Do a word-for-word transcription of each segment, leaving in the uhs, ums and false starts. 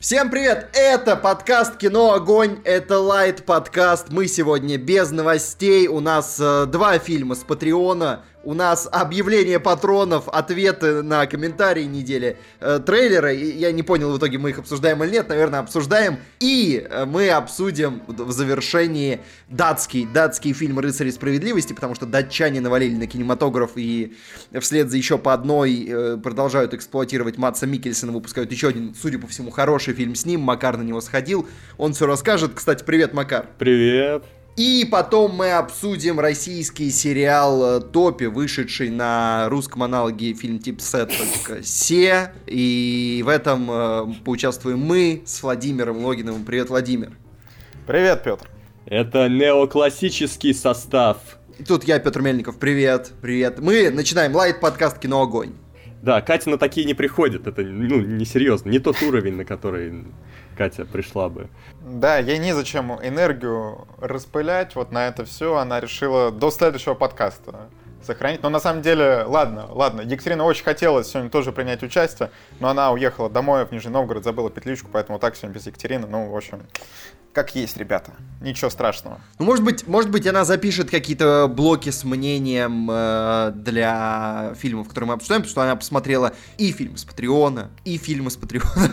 Всем привет! Это подкаст «Кино Огонь», это лайт-подкаст. Мы сегодня без новостей, у нас э, два фильма с Патреона, у нас объявление патронов, ответы на комментарии недели, э, трейлеры. Я не понял, в итоге мы их обсуждаем или нет, наверное, обсуждаем. И э, мы обсудим в завершении датский, датский фильм «Рыцари справедливости», потому что датчане навалили на кинематограф и вслед за еще по одной э, продолжают эксплуатировать Мадса Миккельсена, выпускают еще один, судя по всему, хороший фильм с ним. Макар на него сходил, он все расскажет. Кстати, привет, Макар. Привет. И потом мы обсудим российский сериал «Топи», вышедший на русском аналоге фильм Tipset.se. И в этом э, поучаствуем мы с Владимиром Логиновым. Привет, Владимир. Привет, Петр. Это неоклассический состав. И тут я, Петр Мельников. Привет, привет. Мы начинаем лайт-подкаст «Кино Огонь». Да, Катя на такие не приходит. Это, ну, несерьезно. Не тот уровень, на который Катя пришла бы. Да, ей незачем энергию распылять вот на это все. Она решила до следующего подкаста сохранить. Но на самом деле, ладно, ладно. Екатерина очень хотела сегодня тоже принять участие, но она уехала домой в Нижний Новгород, забыла петличку, поэтому так сегодня без Екатерины. Ну, в общем, как есть, ребята. Ничего страшного. Ну, может быть, может быть, она запишет какие-то блоки с мнением э, для фильмов, которые мы обсуждаем, потому что она посмотрела и фильмы с Патреона, и фильмы с Патреона.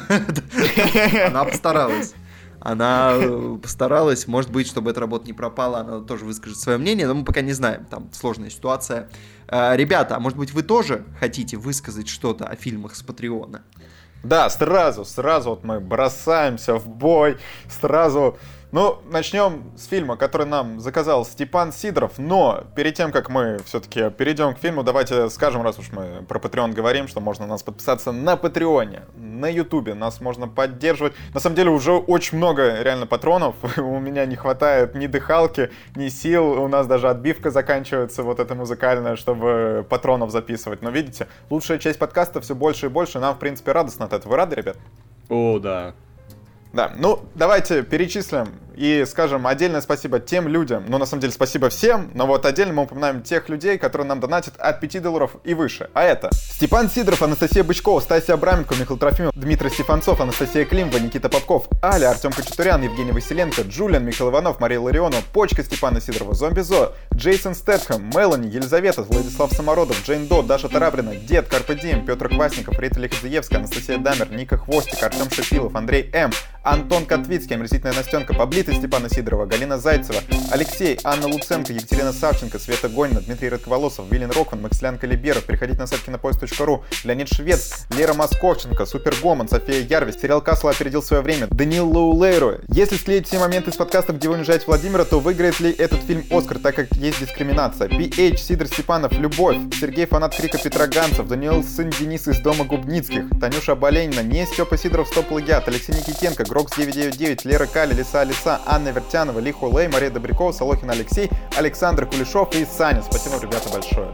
Она постаралась. Она постаралась, может быть, чтобы эта работа не пропала, она тоже выскажет свое мнение, но мы пока не знаем, там сложная ситуация. Ребята, а может быть, вы тоже хотите высказать что-то о фильмах с Патреона? Да, сразу, сразу вот мы бросаемся в бой, сразу... Ну, начнем с фильма, который нам заказал Степан Сидоров, но перед тем, как мы все-таки перейдем к фильму, давайте скажем, раз уж мы про Patreon говорим, что можно нас подписаться на Патреоне, на Ютубе, нас можно поддерживать. На самом деле уже очень много реально патронов, у меня не хватает ни дыхалки, ни сил, у нас даже отбивка заканчивается вот эта музыкальная, чтобы патронов записывать. Но видите, лучшая часть подкаста все больше и больше, нам в принципе радостно от этого. Вы рады, ребят? О, да. Да, ну давайте перечислим и скажем отдельное спасибо тем людям, ну на самом деле спасибо всем, но вот отдельно мы упоминаем тех людей, которые нам донатят от пяти долларов и выше. А это Степан Сидоров, Анастасия Бычкова, Стасия Абраменко, Михаил Трофимов, Дмитрий Стефанцов, Анастасия Климова, Никита Попков, Аля, Артем Кочетурян, Евгений Василенко, Джулиан, Михаил Иванов, Мария Ларионова, Почка Степана Сидорова, Зомби Зо, Джейсон Стэтхэм, Мелани, Елизавета, Владислав Самородов, Джейн До, Даша Тарабрина, Дед, Карпе Дием, Петр Квасников, Рита Лихадзиевская, Анастасия Дамер, Ника Хвостик, Артем Шипилов, Андрей М, Антон Котвицкий, Омерзительная Настенка, Поблитый Степана Сидорова, Галина Зайцева, Алексей, Анна Луценко, Екатерина Савченко, Света Гонина, Дмитрий Редковолосов, Вилен Рокман, Максилян Калиберов, переходите на сайт кинопоиск точка ру, Леонид Швец, Лера Московченко, Супер Гоман, София Ярвис, сериал Касла опередил свое время, Даниил Лаулейро. Если склеить все моменты из подкаста, где вы унижаете Владимира, то выиграет ли этот фильм Оскар, так как есть дискриминация? Би Эйч, Сидор Степанов, Любовь, Сергей фанат Крика Петра Ганцев, Даниил сын Дениса из дома Губницких, Танюша Боленина, не Степа Сидоров, Стоп Плагиат, Алексей Никитенко, Грокс девятьсот девяносто девять, Лера Кали, Лиса Лиса, Анна Вертянова, Ли Хулей, Мария Добрякова, Солохин Алексей, Александр Кулешов и Саня. Спасибо, ребята, большое.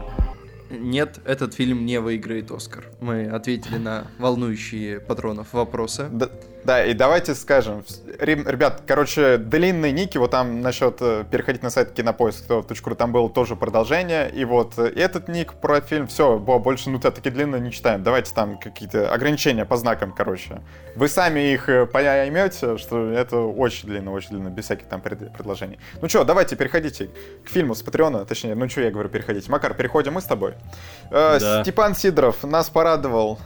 Нет, этот фильм не выиграет Оскар. Мы ответили на волнующие патронов вопросы. Да, да, и давайте скажем, ребят, короче, длинные ники, вот там насчет переходить на сайт кинопоиск точка ру, там было тоже продолжение, и вот этот ник про фильм, все, больше, ну, такие длинные не читаем, давайте там какие-то ограничения по знакам, короче. Вы сами их поймете, что это очень длинно, очень длинно, без всяких там пред- предложений. Ну что, давайте переходите к фильму с Патреона, точнее, ну что я говорю, переходите. Макар, переходим мы с тобой. Да. Степан Сидоров нас порадовал.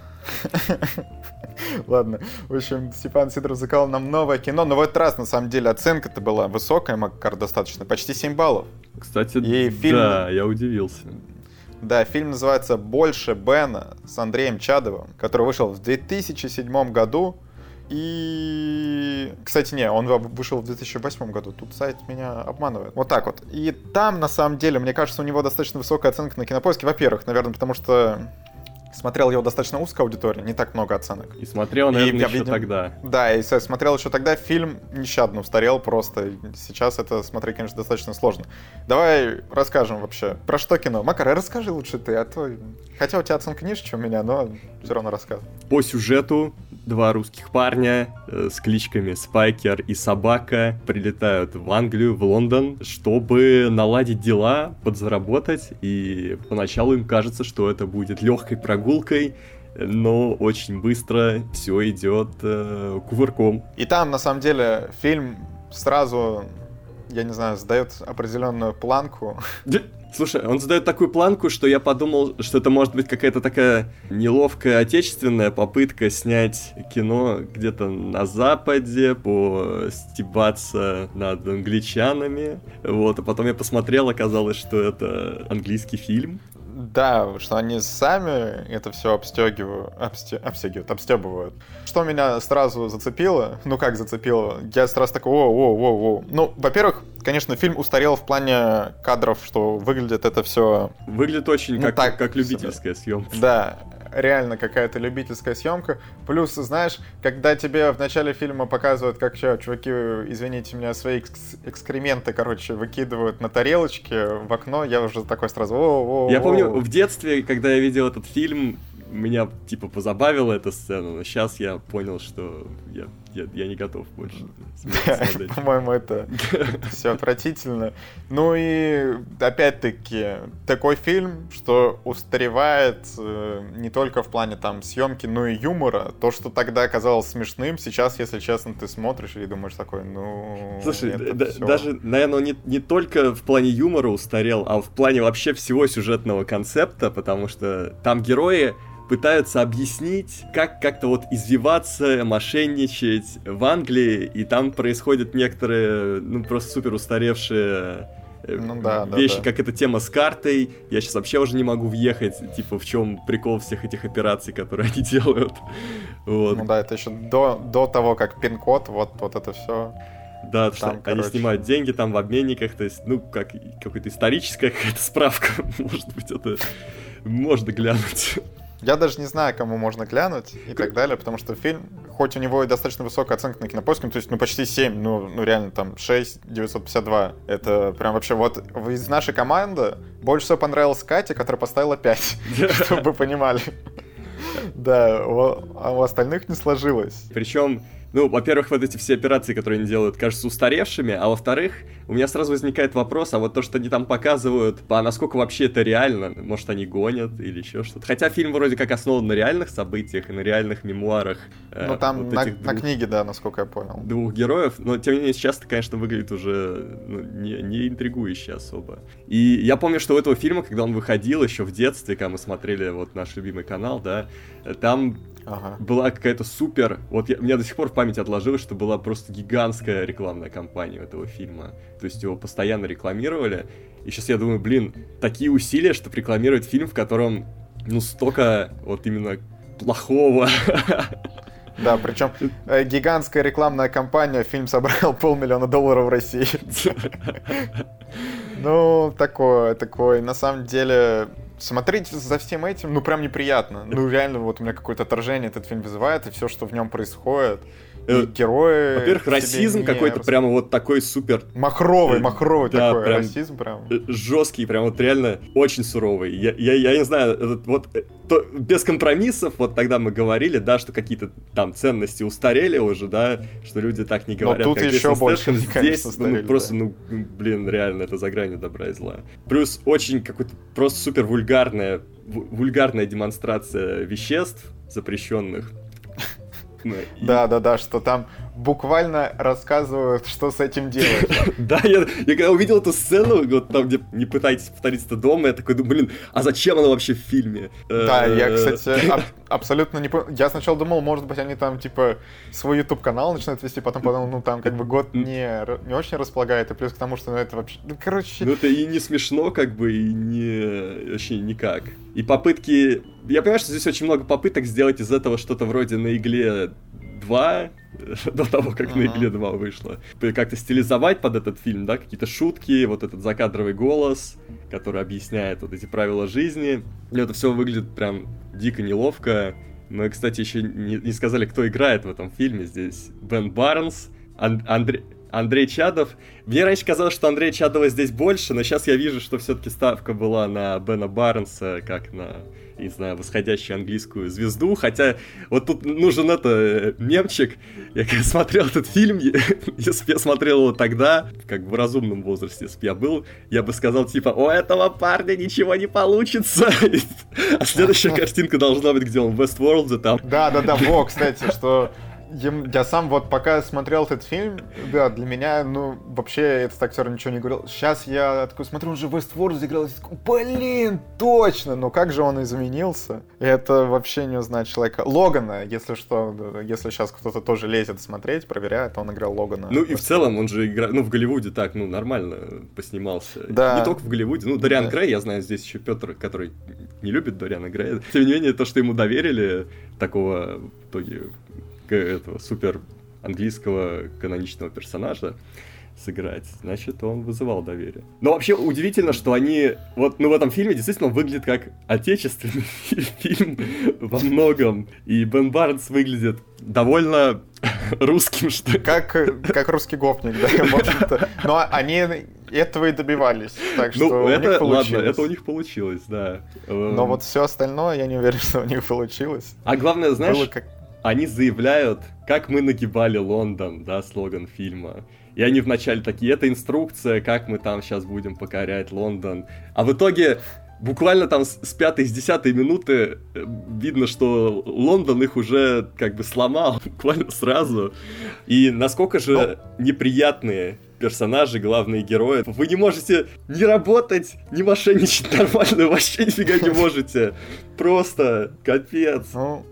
Ладно, в общем, Степан Сидоров заказал нам новое кино, но в этот раз, на самом деле, оценка-то была высокая, Макар, достаточно, почти семь баллов. Кстати, и фильм... да, я удивился. Да, фильм называется «Больше Бена» с Андреем Чадовым, который вышел в две тысячи седьмом году. И, кстати, не, он вышел в две тысячи восьмом году, тут сайт меня обманывает. Вот так вот. И там, на самом деле, мне кажется, у него достаточно высокая оценка на Кинопоиске. Во-первых, наверное, потому что смотрел его достаточно узкая аудитория, не так много оценок. И смотрел, наверное, и, еще видим... тогда. Да, и смотрел еще тогда. Фильм нещадно устарел просто. Сейчас это смотреть, конечно, достаточно сложно. Давай расскажем вообще, про что кино. Макар, расскажи лучше ты, а то... Хотя у тебя оценка ниже, чем у меня, но все равно рассказывай. По сюжету два русских парня э, с кличками Спайкер и Собака прилетают в Англию, в Лондон, чтобы наладить дела, подзаработать. И поначалу им кажется, что это будет легкой прогулкой, но очень быстро все идет э, кувырком. И там, на самом деле, фильм сразу, я не знаю, задает определенную планку. Слушай, он задает такую планку, что я подумал, что это может быть какая-то такая неловкая отечественная попытка снять кино где-то на Западе, постебаться над англичанами. Вот, а потом я посмотрел, оказалось, что это английский фильм. Да, что они сами это все обстегивают, обсте, обстегивают, обстебывают. Что меня сразу зацепило, ну как зацепило, я сразу такой, о-о-о-о. Ну, во-первых, конечно, фильм устарел в плане кадров, что выглядит это все... Выглядит очень ну, как, так, как любительская съемка. Да, реально какая-то любительская съемка. Плюс, знаешь, когда тебе в начале фильма показывают, как что, чуваки, извините меня, свои экс- экскременты, короче, выкидывают на тарелочке в окно, я уже такой сразу... О-о-о-о. Я помню, в детстве, когда я видел этот фильм, меня, типа, позабавила эта сцена, но сейчас я понял, что я, я, я не готов больше смотреть. По-моему, это все отвратительно. Ну и, опять-таки, такой фильм, что устаревает не только в плане там съемки, но и юмора. То, что тогда казалось смешным, сейчас, если честно, ты смотришь и думаешь такой, ну... Слушай, даже, наверное, не, не только в плане юмора устарел, а в плане вообще всего сюжетного концепта, потому что там герои пытаются объяснить, как как-то вот извиваться, мошенничать в Англии, и там происходят некоторые, ну, просто супер устаревшие ну, да, вещи, да, да. Как эта тема с картой. Я сейчас вообще уже не могу въехать, типа, в чем прикол всех этих операций, которые они делают. Вот. Ну да, это еще до, до того, как пин-код, вот, вот это все. Да, там, что они короче... снимают деньги там в обменниках, то есть, ну, как какая-то историческая какая-то справка, может быть, это можно глянуть. Я даже не знаю, кому можно глянуть и так далее, потому что фильм, хоть у него и достаточно высокая оценка на Кинопоиске, то есть, ну, почти семь, ну, ну реально, там, шесть девятьсот пятьдесят два. Это прям вообще вот из нашей команды больше всего понравилась Катя, которая поставила пять, чтобы вы понимали. Да, а у остальных не сложилось. Причем... Ну, во-первых, вот эти все операции, которые они делают, кажутся устаревшими, а во-вторых, у меня сразу возникает вопрос, а вот то, что они там показывают, а насколько вообще это реально? Может, они гонят или еще что-то? Хотя фильм вроде как основан на реальных событиях и на реальных мемуарах. Ну, э, там вот на, этих на двух, книге, да, насколько я понял. Двух героев, но, тем не менее, сейчас это, конечно, выглядит уже ну, не, не интригующе особо. И я помню, что у этого фильма, когда он выходил еще в детстве, когда мы смотрели вот наш любимый канал, да, там... Ага. Была какая-то супер... Вот я, у меня до сих пор в памяти отложилось, что была просто гигантская рекламная кампания этого фильма. То есть его постоянно рекламировали. И сейчас я думаю, блин, такие усилия, чтобы рекламировать фильм, в котором, ну, столько вот именно плохого. Да, причем э, гигантская рекламная кампания, фильм собрал полмиллиона долларов в России. Ну, такое, такое. На самом деле... Смотреть за всем этим, ну, прям неприятно. Ну, реально, вот у меня какое-то отторжение этот фильм вызывает, и все, что в нем происходит. И герои... Во-первых, расизм не... какой-то прямо вот такой супер... Махровый, махровый да, такой прям расизм прям. Жесткий, прям вот реально очень суровый. Я, я, я не знаю, этот, вот то, без компромиссов, вот тогда мы говорили, да, что какие-то там ценности устарели уже, да, что люди так не говорят. Но тут как еще больше, здесь, конечно, ну, устарели, просто, да. ну, блин, реально, это за гранью добра и зла. Плюс очень какой-то просто супер вульгарная, вульгарная демонстрация веществ запрещенных. Да, да, да, что там буквально рассказывают, что с этим делать. Да, я, я когда увидел эту сцену, вот там, где не пытайтесь повторить это дома, я такой думаю, блин, а зачем она вообще в фильме? Да, я, кстати, аб- абсолютно не понял. Я сначала думал, может быть, они там, типа, свой YouTube-канал начинают вести, потом подумал, ну, там, как бы, год не, не очень располагает, и плюс к тому, что, ну, это вообще, ну, короче... Ну, это и не смешно, как бы, и не... вообще никак. И попытки... Я понимаю, что здесь очень много попыток сделать из этого что-то вроде на игле два, до того, как uh-huh. на игле два вышло. Как-то стилизовать под этот фильм, да, какие-то шутки, вот этот закадровый голос, который объясняет вот эти правила жизни. И это все выглядит прям дико неловко. Мы, кстати, еще не, не сказали, кто играет в этом фильме здесь. Бен Барнс, Ан- Андре... Андрей Чадов. Мне раньше казалось, что Андрея Чадова здесь больше, но сейчас я вижу, что все-таки ставка была на Бена Барнса, как на, не знаю, восходящую английскую звезду. Хотя вот тут нужен это мемчик. Я когда смотрел этот фильм, если бы я смотрел его тогда, как бы в разумном возрасте, если бы я был, я бы сказал типа: у этого парня ничего не получится. А следующая картинка должна быть, где он в Westworld, там. Да-да-да, во, кстати, что... Я сам вот пока смотрел этот фильм, да, для меня, ну, вообще этот актер ничего не говорил. Сейчас я такой смотрю, он же в Westworld играл, и такой, блин, точно, ну как же он изменился. Это вообще не узнать человека. Логана, если что, если сейчас кто-то тоже лезет смотреть, проверяет, он играл Логана. Ну и в целом он же играет, ну в Голливуде так, ну нормально поснимался. Да. Не только в Голливуде, ну Дориан да. Грей, я знаю здесь еще Петр, который не любит Дориана Грея. Тем не менее, то, что ему доверили такого в итоге... этого супер английского каноничного персонажа сыграть, значит, он вызывал доверие. Но вообще удивительно, что они... Вот, ну, в этом фильме действительно выглядит как отечественный фильм во многом. И Бен Барнс выглядит довольно русским, что ли. Как, как русский гопник, да, в общем-то. Но они этого и добивались, так что ну, у это, них получилось. Ладно, это у них получилось, да. Но вот все остальное, я не уверен, что у них получилось. А главное, знаешь... Было как... Они заявляют, как мы нагибали Лондон, да, слоган фильма. И они вначале такие, это инструкция, как мы там сейчас будем покорять Лондон. А в итоге, буквально там с, с пятой, с десятой минуты видно, что Лондон их уже как бы сломал буквально сразу. И насколько же Но... неприятные персонажи, главные герои. Вы не можете ни работать, ни мошенничать нормально, вообще нифига не можете. Просто капец. Ну...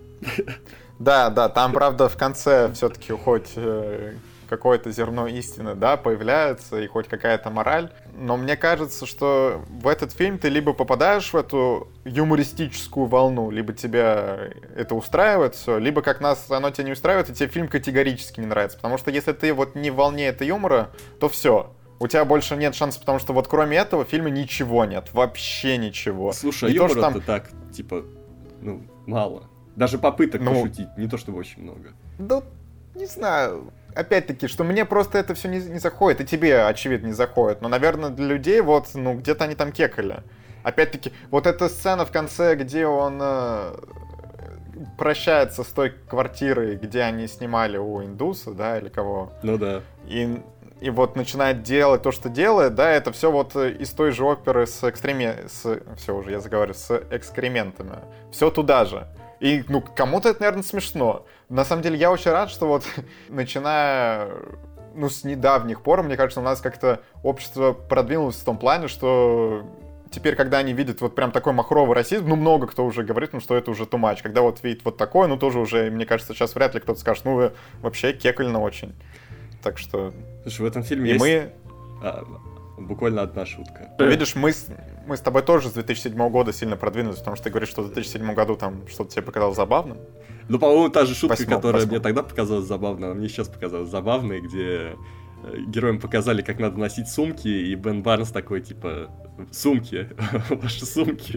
Да, да, там, правда, в конце все-таки хоть э, какое-то зерно истины, да, появляется, и хоть какая-то мораль. Но мне кажется, что в этот фильм ты либо попадаешь в эту юмористическую волну, либо тебя это устраивает все, либо как нас оно тебя не устраивает, и тебе фильм категорически не нравится. Потому что если ты вот не в волне этой юмора, то все. У тебя больше нет шансов, потому что вот кроме этого в фильме ничего нет, вообще ничего. Слушай, не юмора-то там... так, типа, ну, мало. Даже попыток ну, пошутить, не то чтобы очень много. Да, не знаю. Опять-таки, что мне просто это все не, не заходит, и тебе, очевидно, не заходит. Но, наверное, для людей вот, ну, где-то они там кекали. Опять-таки, вот эта сцена в конце, где он э, прощается с той квартирой, где они снимали у индуса, да, или кого. Ну да. И, и вот начинает делать то, что делает, да, это все вот из той же оперы с экстреме... С, все уже, я заговорю, с экскрементами. Все туда же. И, ну, кому-то это, наверное, смешно. На самом деле, я очень рад, что вот, начиная, ну, с недавних пор, мне кажется, у нас как-то общество продвинулось в том плане, что теперь, когда они видят вот прям такой махровый расизм, ну, много кто уже говорит, ну, что это уже too much. Когда вот видит вот такое, ну, тоже уже, мне кажется, сейчас вряд ли кто-то скажет, ну, вы вообще кекально очень. Так что... Слушай, в этом фильме и есть... мы... А, буквально одна шутка. Ну, видишь, мы с, мы с тобой тоже с две тысячи седьмого года сильно продвинулись, потому что ты говоришь, что в две тысячи седьмом году там что-то тебе показалось забавным. Ну, по-моему, та же шутка, Восьмом, которая восьмом. мне тогда показалась забавной, она мне сейчас показалась забавной, где героям показали, как надо носить сумки, и Бен Барнс такой, типа, сумки, ваши сумки.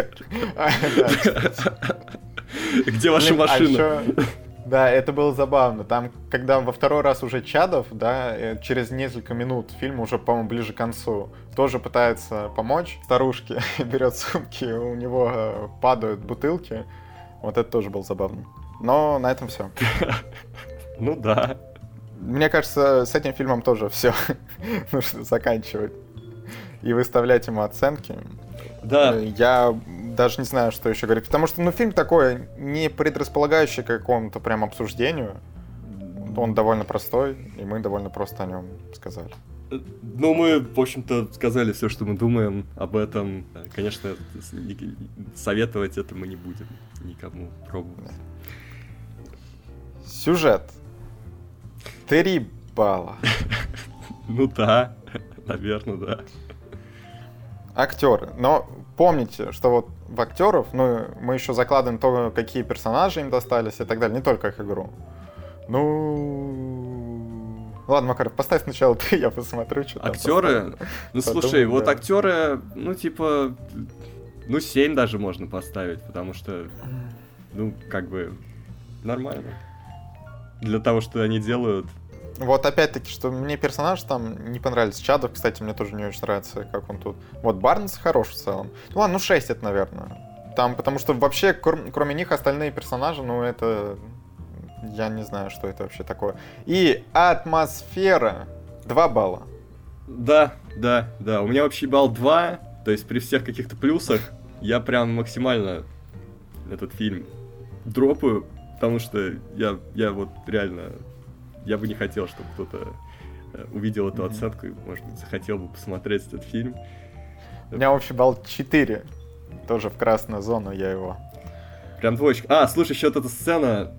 Где ваша машина? Да, это было забавно. Там, когда во второй раз уже Чадов, да, через несколько минут фильма, уже, по-моему, ближе к концу, тоже пытается помочь старушке, берет сумки, у него падают бутылки. Вот это тоже было забавно. Но на этом все. Ну да. Мне кажется, с этим фильмом тоже все нужно заканчивать и выставлять ему оценки. Да. Я даже не знаю, что еще говорить. Потому что, ну, фильм такой, не предрасполагающий к какому-то прям обсуждению. Он довольно простой, и мы довольно просто о нем сказали. Ну, мы, в общем-то, сказали все, что мы думаем об этом. Конечно, советовать это мы не будем никому пробовать. Сюжет. Три балла. Ну да, наверное, да. Актеры. Но помните, что вот в актеров, ну, мы еще закладываем то, какие персонажи им достались и так далее, не только их игру. Ну... Ладно, Макаров, поставь сначала ты, я посмотрю, что там. Актеры? Ну, слушай, вот актеры, ну, типа, ну, семь даже можно поставить, потому что, ну, как бы, нормально. Для того, что они делают. Вот опять-таки, что мне персонаж там не понравился. Чадов, кстати, мне тоже не очень нравится, как он тут. Вот Барнс хорош в целом. Ну ладно, ну шесть это, наверное. Там, потому что вообще, кроме них, остальные персонажи, ну это... Я не знаю, что это вообще такое. И атмосфера два балла. Да, да, да. У меня общий балл два. То есть при всех каких-то плюсах я прям максимально этот фильм дропаю, потому что я, я вот реально... Я бы не хотел, чтобы кто-то увидел эту mm-hmm. оценку и, может быть, захотел бы посмотреть этот фильм. У меня общий балл четыре. Тоже в красную зону я его. Прям двоечка. А, слушай, еще вот эта сцена,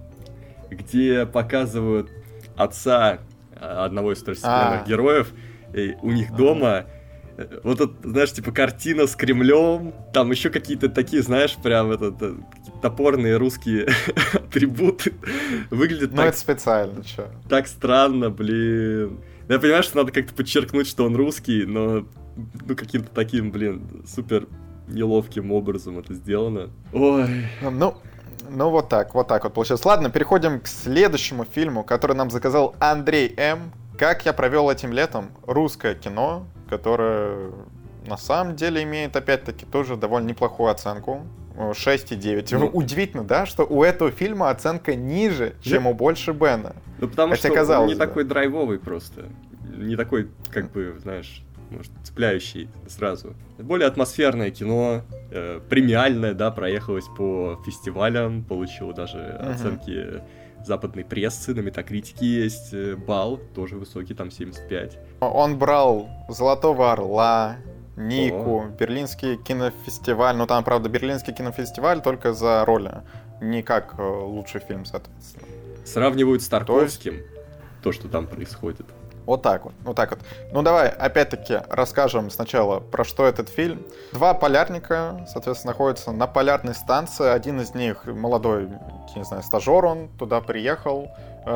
где показывают отца одного из второстепенных А-а-а. героев, и у них дома. Вот это, знаешь, типа картина с Кремлем, там еще какие-то такие, знаешь, прям это, это топорные русские атрибуты. Выглядит ну, так... это специально, чё. Так странно, блин. Я понимаю, что надо как-то подчеркнуть, что он русский, но ну каким-то таким, блин, супер неловким образом это сделано. Ой. Ну, ну вот так, вот так вот получилось. Ладно, переходим к следующему фильму, который нам заказал Андрей М. Как я провел этим летом? Русское кино, которое на самом деле имеет, опять-таки, тоже довольно неплохую оценку. шесть и девять. Ну, удивительно, да, что у этого фильма оценка ниже, чем у «Больше Бена». Ну, потому Хотя, что он не бы. такой драйвовый просто. Не такой, как бы, знаешь, может, цепляющий сразу. Более атмосферное кино, э, премиальное, да, проехалось по фестивалям, получило даже uh-huh. оценки западной прессы, на Метакритике есть балл, тоже высокий, там семьдесят пять. Он брал «Золотого орла», Нику, О. Берлинский кинофестиваль. Ну там, правда, Берлинский кинофестиваль только за роли, не как лучший фильм, соответственно. Сравнивают с Тарковским, то, есть... то что там происходит. Вот так вот, вот так вот. Ну давай, опять-таки, расскажем сначала, про что этот фильм. Два полярника, соответственно, находятся на полярной станции. Один из них молодой, я не знаю, стажер, он туда приехал.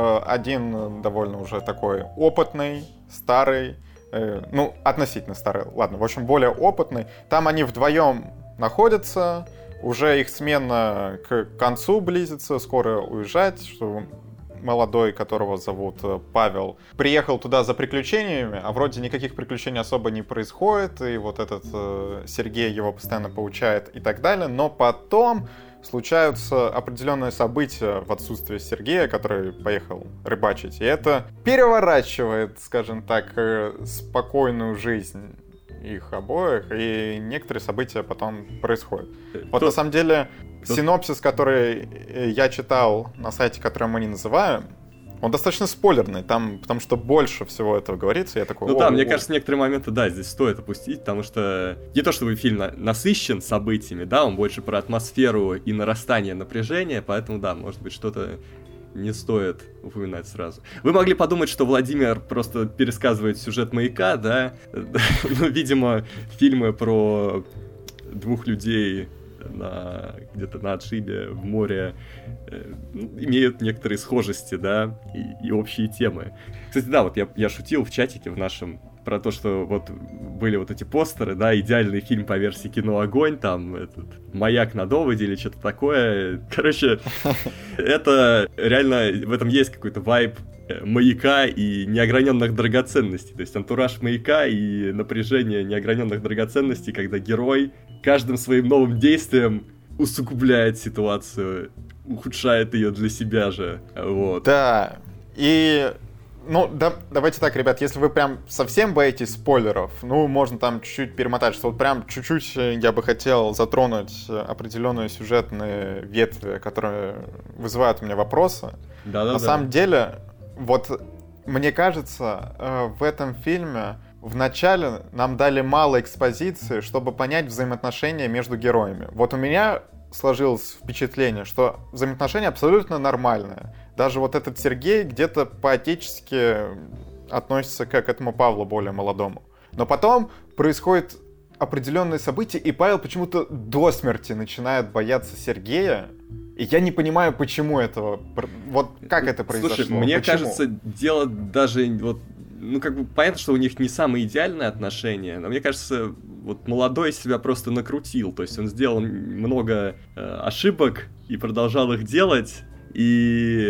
Один довольно уже такой опытный, старый, ну, относительно старый, ладно, в общем, более опытный. Там они вдвоем находятся, уже их смена к концу близится, скоро уезжать, что... молодой, которого зовут Павел, приехал туда за приключениями, а вроде никаких приключений особо не происходит, и вот этот э, Сергей его постоянно поучает и так далее, но потом случаются определенные события в отсутствие Сергея, который поехал рыбачить, и это переворачивает, скажем так, э, спокойную жизнь их обоих, и некоторые события потом происходят. Вот на самом деле... Синопсис, который я читал на сайте, который мы не называем, он достаточно спойлерный, там, потому что больше всего этого говорится. Я такой, ну да, мне кажется, некоторые моменты, да, здесь стоит опустить, потому что не то чтобы фильм насыщен событиями, да, он больше про атмосферу и нарастание напряжения, поэтому, да, может быть, что-то не стоит упоминать сразу. Вы могли подумать, что Владимир просто пересказывает сюжет «Маяка», да, ну, видимо, фильмы про двух людей... на где-то на отшибе в море э, имеют некоторые схожести, да, и, и общие темы. Кстати, да, вот я, я шутил в чатике в нашем про то, что вот были вот эти постеры, да, идеальный фильм по версии «Кино Огонь», там этот «Маяк на доводе» или что-то такое. Короче, это реально, в этом есть какой-то вайб «Маяка» и неограненных драгоценностей. То есть антураж «Маяка» и напряжение неограненных драгоценностей, когда герой каждым своим новым действием усугубляет ситуацию, ухудшает ее для себя же. Вот. Да, и... Ну, да, давайте так, ребят, если вы прям совсем боитесь спойлеров, ну, можно там чуть-чуть перемотать, что вот прям чуть-чуть я бы хотел затронуть определенные сюжетные ветви, которые вызывают у меня вопросы. Да-да-да. На самом деле, вот мне кажется, в этом фильме вначале нам дали мало экспозиции, чтобы понять взаимоотношения между героями. Вот у меня сложилось впечатление, что взаимоотношения абсолютно нормальные. Даже вот этот Сергей где-то по-отечески относится к этому Павлу более молодому. Но потом происходит определенные события, и Павел почему-то до смерти начинает бояться Сергея. И я не понимаю, почему этого... Вот как это произошло? Слушай, мне почему? кажется, дело даже... вот ну, как бы понятно, что у них не самые идеальные отношения, но мне кажется, вот молодой себя просто накрутил. То есть он сделал много э, ошибок и продолжал их делать. И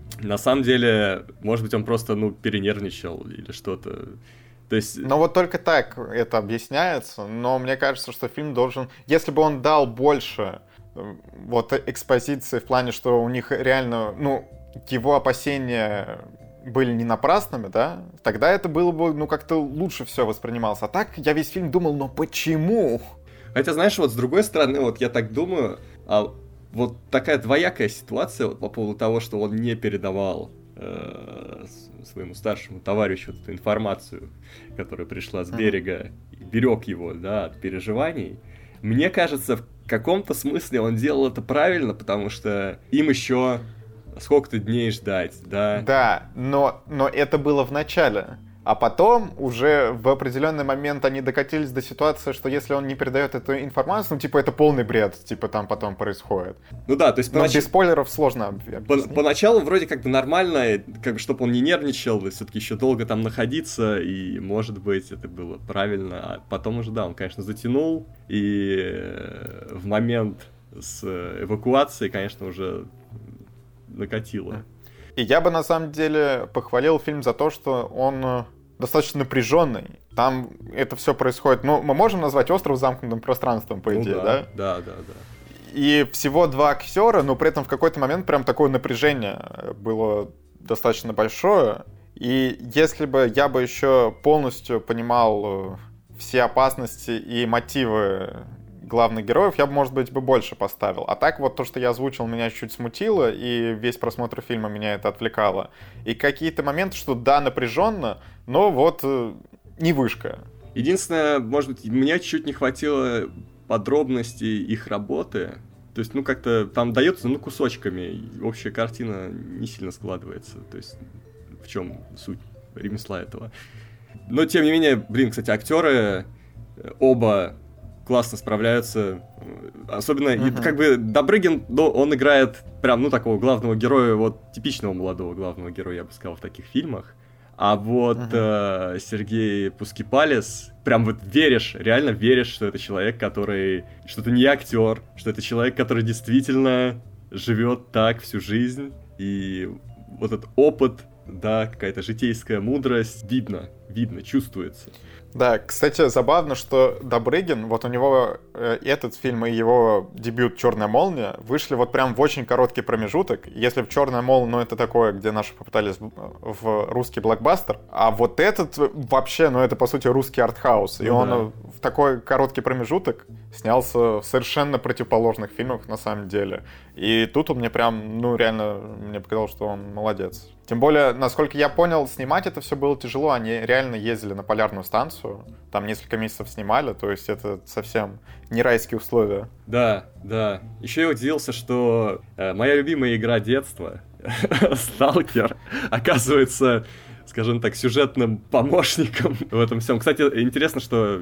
на самом деле, может быть, он просто, ну, перенервничал или что-то. То есть... Ну вот только так это объясняется, но мне кажется, что фильм должен... Если бы он дал больше вот экспозиции в плане, что у них реально, ну, его опасения были не напрасными, да, тогда это было бы, ну, как-то лучше все воспринималось. А так я весь фильм думал, но почему? Хотя, знаешь, вот с другой стороны, вот я так думаю, а вот такая двоякая ситуация вот, по поводу того, что он не передавал э, своему старшему товарищу эту информацию, которая пришла с берега, и берег его, да, от переживаний. Мне кажется, в каком-то смысле он делал это правильно, потому что им еще сколько-то дней ждать, да? Да, но, но это было в начале. А потом уже в определенный момент они докатились до ситуации, что если он не передает эту информацию, ну, типа, это полный бред, типа, там потом происходит. Ну да, то есть... Но понач... без спойлеров сложно объяснить. По- поначалу вроде как бы нормально, как бы, чтобы он не нервничал, все-таки еще долго там находиться, и, может быть, это было правильно. А потом уже, да, он, конечно, затянул, и в момент с эвакуацией, конечно, уже накатило. И я бы, на самом деле, похвалил фильм за то, что он достаточно напряженный. Там это все происходит... Ну, мы можем назвать остров замкнутым пространством, по ну, идее, да? Да, да, да, да. И всего два актера, но при этом в какой-то момент прям такое напряжение было достаточно большое. И если бы я бы еще полностью понимал все опасности и мотивы главных героев, я бы, может быть, бы больше поставил. А так вот то, что я озвучил, меня чуть смутило, и весь просмотр фильма меня это отвлекало. И какие-то моменты, что да, напряженно, но вот не вышка. Единственное, может быть, мне чуть не хватило подробностей их работы. То есть, ну, как-то там дается, ну, кусочками, и общая картина не сильно складывается. То есть, в чем суть ремесла этого. Но, тем не менее, блин, кстати, актеры оба классно справляются. Особенно, uh-huh. и, как бы, Добрыгин, ну, он играет прям, ну, такого главного героя, вот, типичного молодого главного героя, я бы сказал, в таких фильмах. А вот uh-huh. э, Сергей Пускипалис, прям вот веришь, реально веришь, что это человек, который... Что это не актер, что это человек, который действительно живет так всю жизнь. И вот этот опыт, да, какая-то житейская мудрость, видно, видно, чувствуется. Да, кстати, забавно, что Добрыгин, вот у него э, этот фильм и его дебют «Черная молния» вышли вот прям в очень короткий промежуток. Если в «Черная молния», ну, это такое, где наши попытались в русский блокбастер, а вот этот вообще, ну, это, по сути, русский артхаус. И ну, он да. в такой короткий промежуток снялся в совершенно противоположных фильмах, на самом деле. И тут он мне прям, ну, реально, мне показалось, что он молодец. Тем более, насколько я понял, снимать это все было тяжело. Они реально ездили на полярную станцию. Там несколько месяцев снимали, то есть это совсем не райские условия. Да, да. Еще я удивился, что э, моя любимая игра детства, Сталкер, оказывается, скажем так, сюжетным помощником в этом всем. Кстати, интересно, что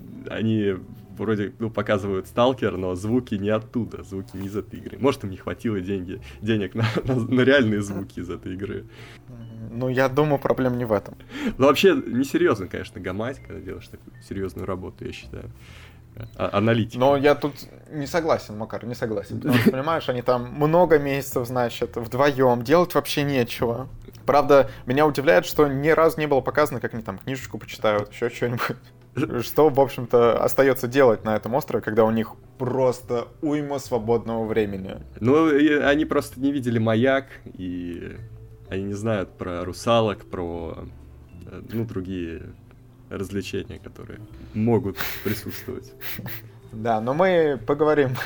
они вроде ну, показывают Сталкер, но звуки не оттуда, звуки не из этой игры. Может, им не хватило деньги, денег на, на, на реальные звуки из этой игры. Ну, я думаю, проблем не в этом. Ну, вообще, несерьезно, конечно, гамать, когда делаешь такую серьезную работу, я считаю. А- аналитика. Но я тут не согласен, Макар, не согласен. Потому что, понимаешь, они там много месяцев, значит, вдвоем, делать вообще нечего. Правда, меня удивляет, что ни разу не было показано, как они там книжечку почитают, еще что-нибудь. Что, в общем-то, остается делать на этом острове, когда у них просто уйма свободного времени? Ну, они просто не видели «Маяк», и они не знают про русалок, про, ну, другие развлечения, которые могут присутствовать. Да, но мы поговорим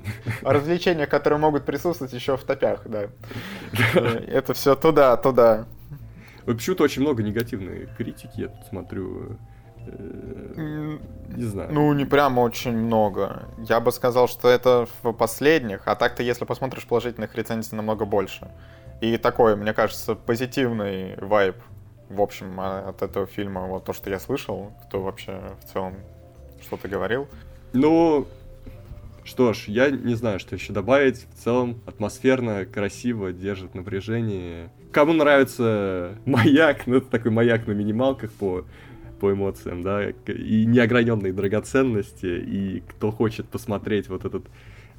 о развлечениях, которые могут присутствовать еще в топях, да. Это все туда, туда. Почему-то очень много негативной критики, я тут смотрю... Не знаю. Ну, не прямо очень много. Я бы сказал, что это в последних, а так-то, если посмотришь положительных рецензий, намного больше. И такой, мне кажется, позитивный вайб, в общем, от этого фильма. Вот то, что я слышал, кто вообще в целом что-то говорил. Ну, что ж, я не знаю, что еще добавить. В целом, атмосферно, красиво, держит напряжение. Кому нравится «Маяк», ну, это такой «Маяк» на минималках по... по эмоциям, да, и неограненные драгоценности, и кто хочет посмотреть вот этот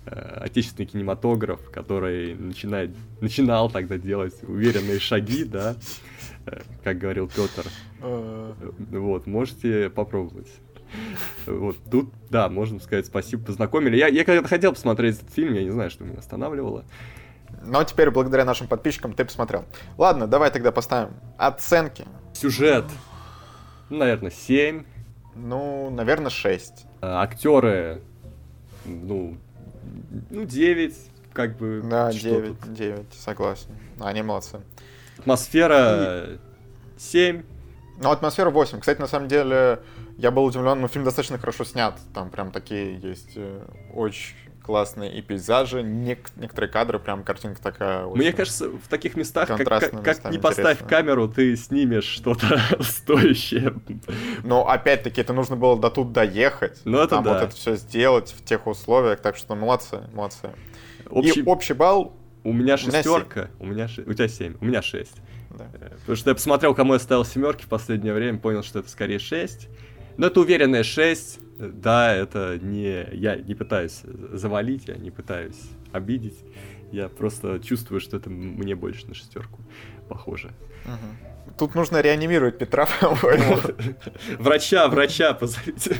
э, отечественный кинематограф, который начинает, начинал тогда делать уверенные шаги, да, э, как говорил Петр. Вот, можете попробовать. Вот тут, да, можно сказать, спасибо, познакомили. Я, я когда-то хотел посмотреть этот фильм, я не знаю, что меня останавливало. Но теперь, благодаря нашим подписчикам, ты посмотрел. Ладно, давай тогда поставим оценки. Сюжет, ну, наверное, семь. Ну, наверное, шесть. А, актеры, ну, ну, девять, как бы. Да, девять, девять, согласен. Они молодцы. Атмосфера И... семь. Ну, атмосфера восемь. Кстати, на самом деле, я был удивлен, но фильм достаточно хорошо снят. Там прям такие есть э, очень классные и пейзажи, нек- некоторые кадры, прям картинка такая. Мне кажется, в таких местах, как, как, как не поставь интересно. камеру, ты снимешь что-то стоящее. Но опять-таки, это нужно было до тут доехать. Ну, это там да. вот это все сделать в тех условиях, так что молодцы, молодцы. Общий... И общий балл... У меня шестерка, у меня, ше... у тебя семь, у меня шесть. Да. Потому что я посмотрел, кому я ставил семерки в последнее время, понял, что это скорее шесть. Но это уверенная шесть. Да, это не... Я не пытаюсь завалить, я не пытаюсь обидеть. Я просто чувствую, что это мне больше на шестерку похоже. Угу. Тут нужно реанимировать Петра. Врача, врача позовите.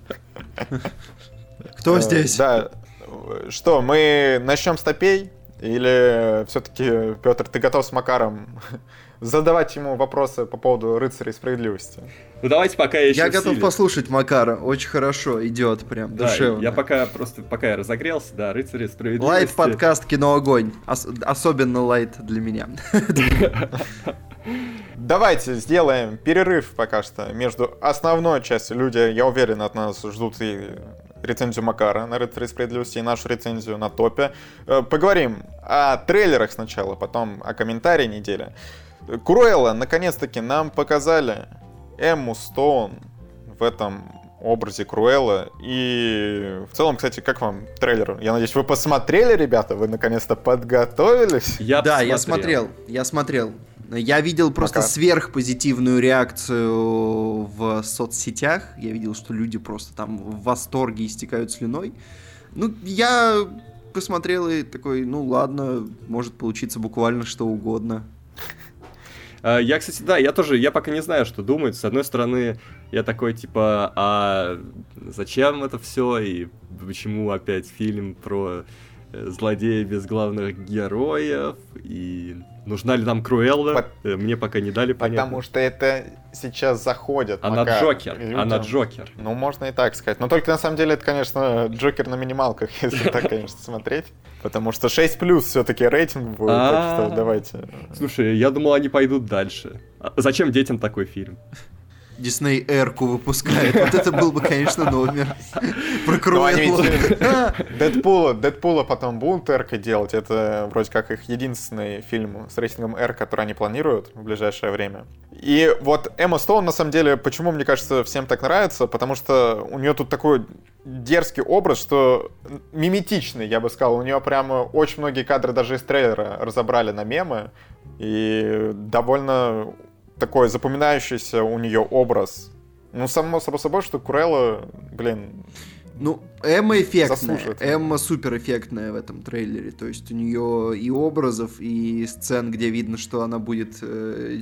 Кто здесь? Да. Что, мы начнем с топей? Или все-таки, Петр, ты готов с Макаром задавать ему вопросы по поводу рыцарей справедливости? Ну давайте пока я еще Я готов послушать Макара, очень хорошо, идет прям, да, душевно. Я пока просто, пока я разогрелся, да, рыцари справедливости. Лайт-подкаст «Кино Огонь», Ос- особенно лайт для меня. Давайте сделаем перерыв пока что между основной частью. Люди, я уверен, от нас ждут и рецензию Макара на «Рыцаре справедливости», и нашу рецензию на топе. Поговорим о трейлерах сначала, потом о комментарии недели. Круэлла, наконец-таки, нам показали Эмму Стоун в этом образе Круэллы. И в целом, кстати, как вам трейлер? Я надеюсь, вы посмотрели, ребята? Вы наконец-то подготовились? Я да, посмотрел. я смотрел, я смотрел. Я видел просто Пока. сверхпозитивную реакцию в соцсетях. Я видел, что люди просто там в восторге истекают слюной. Ну, я посмотрел и такой, ну ладно, может получиться буквально что угодно. Я, кстати, да, я тоже, я пока не знаю, что думать. С одной стороны, я такой, типа, а зачем это все? И почему опять фильм про злодея без главных героев? И нужна ли нам Круэлла? По... Мне пока не дали понять. Потому что это сейчас заходит. Она Макар, Джокер, людям. она Джокер. Ну, можно и так сказать. Но только на самом деле это, конечно, Джокер на минималках, если так, конечно, смотреть. Потому что шесть плюс все-таки рейтинг будет, так что давайте. Слушай, я думал, они пойдут дальше. Зачем детям такой фильм? Дисней Эрку выпускает. Вот это был бы, конечно, номер. Про Круэллу. Дэдпула, Дэдпула потом будут Эркой делать. Это вроде как их единственный фильм с рейтингом Р, который они планируют в ближайшее время. И вот Эмма Стоун, на самом деле, почему, мне кажется, всем так нравится, потому что у нее тут такой дерзкий образ, что миметичный, я бы сказал. У нее прямо очень многие кадры даже из трейлера разобрали на мемы. И довольно такой запоминающийся у нее образ. Ну, само собой, что Круэлла, блин... Ну, Эмма эффектная. Заслуживает. Эмма супер эффектная в этом трейлере. То есть у нее и образов, и сцен, где видно, что она будет э,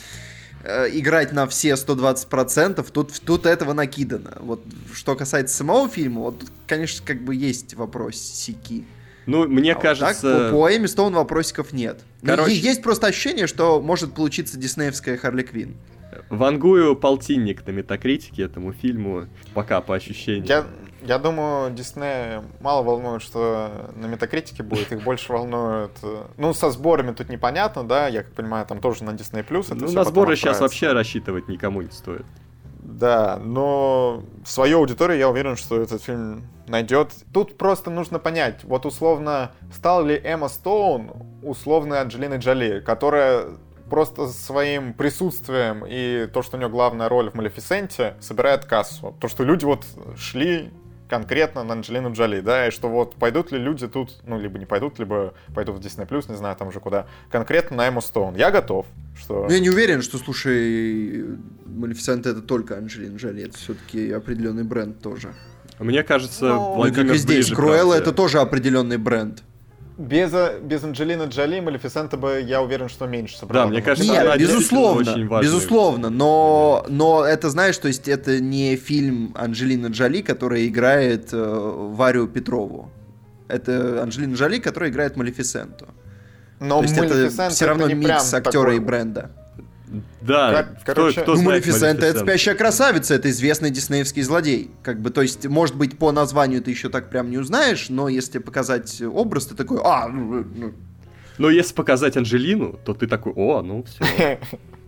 э, играть на все сто двадцать процентов. Тут, тут этого накидано. Вот что касается самого фильма, вот тут, конечно, как бы есть вопросики. Ну, мне а кажется... Вот так, по, по Эмме Стоун вопросиков нет. Короче... Есть просто ощущение, что может получиться диснеевская Харли Квинн. Вангую полтинник на Метакритике этому фильму, пока по ощущениям. Я, я думаю, Дисней мало волнует, что на Метакритике будет, их больше волнует... Ну, со сборами тут непонятно, да, я как понимаю, там тоже на Disney+. Это ну, на сборы сейчас вообще рассчитывать никому не стоит. Да, но свою аудиторию я уверен, что этот фильм найдет. Тут просто нужно понять, вот условно, стала ли Эмма Стоун условной Анджелиной Джоли, которая просто своим присутствием и то, что у нее главная роль в «Малефисенте», собирает кассу. То, что люди вот шли конкретно на Анджелину Джоли, да, и что вот пойдут ли люди тут, ну, либо не пойдут, либо пойдут в Disney+, не знаю, там уже куда, конкретно на Эмму Стоун. Я готов, что... Ну, я не уверен, что, слушай, Малефисента — это только Анджелина Джоли, это все-таки определенный бренд тоже. Мне кажется, Ну, Владимир Ну, как и здесь, ближе, Круэлла правда. это тоже определенный бренд. Без, без Анджелины Джоли Малефисента бы, я уверен, что меньше собрала. Да, мне Но кажется, Нет, она Малефисента- действительно очень безусловно, важный безусловно, но, но это, знаешь, то есть это не фильм Анджелины Джоли, которая играет э, Варю Петрову. Это Анджелина Джоли, которая играет Малефисенту. Но то есть это Малефисента все равно это не прям микс актера такой- и бренда. Да, Кор- кто, короче, кто Ну, знает Малефисента — это Малефисенту? спящая красавица, это известный диснеевский злодей. Как бы, то есть, может быть, по названию ты еще так прям не узнаешь, но если тебе показать образ, ты такой, а, ну, ну». Но если показать Анджелину, то ты такой, о, ну все.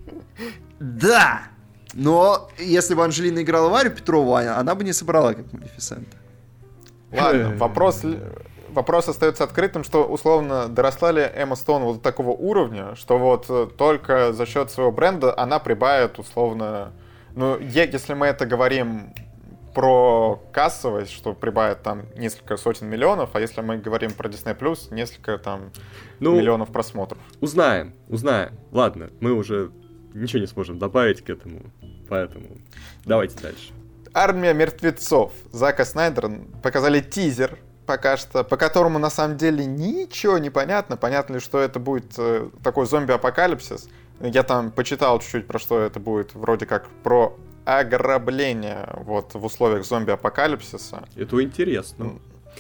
Да! Но если бы Анджелина играла Варю Петрову, а- она бы не собрала как Малефисента. Ладно, вопрос, ли- вопрос остается открытым, что условно доросла ли Эмма Стоун вот до такого уровня, что вот э, только за счет своего бренда она прибавит условно... Ну, е- если мы это говорим про кассовость, что прибавит там несколько сотен миллионов, а если мы говорим про Disney+, несколько там Ну, миллионов просмотров. узнаем, узнаем. Ладно, мы уже ничего не сможем добавить к этому, поэтому давайте дальше. «Армия мертвецов» Зака Снайдера показали тизер пока что, по которому на самом деле ничего не понятно. Понятно ли, что это будет э, такой зомби-апокалипсис. Я там почитал чуть-чуть, про что это будет, вроде как про ограбление вот в условиях зомби-апокалипсиса. Это интересно.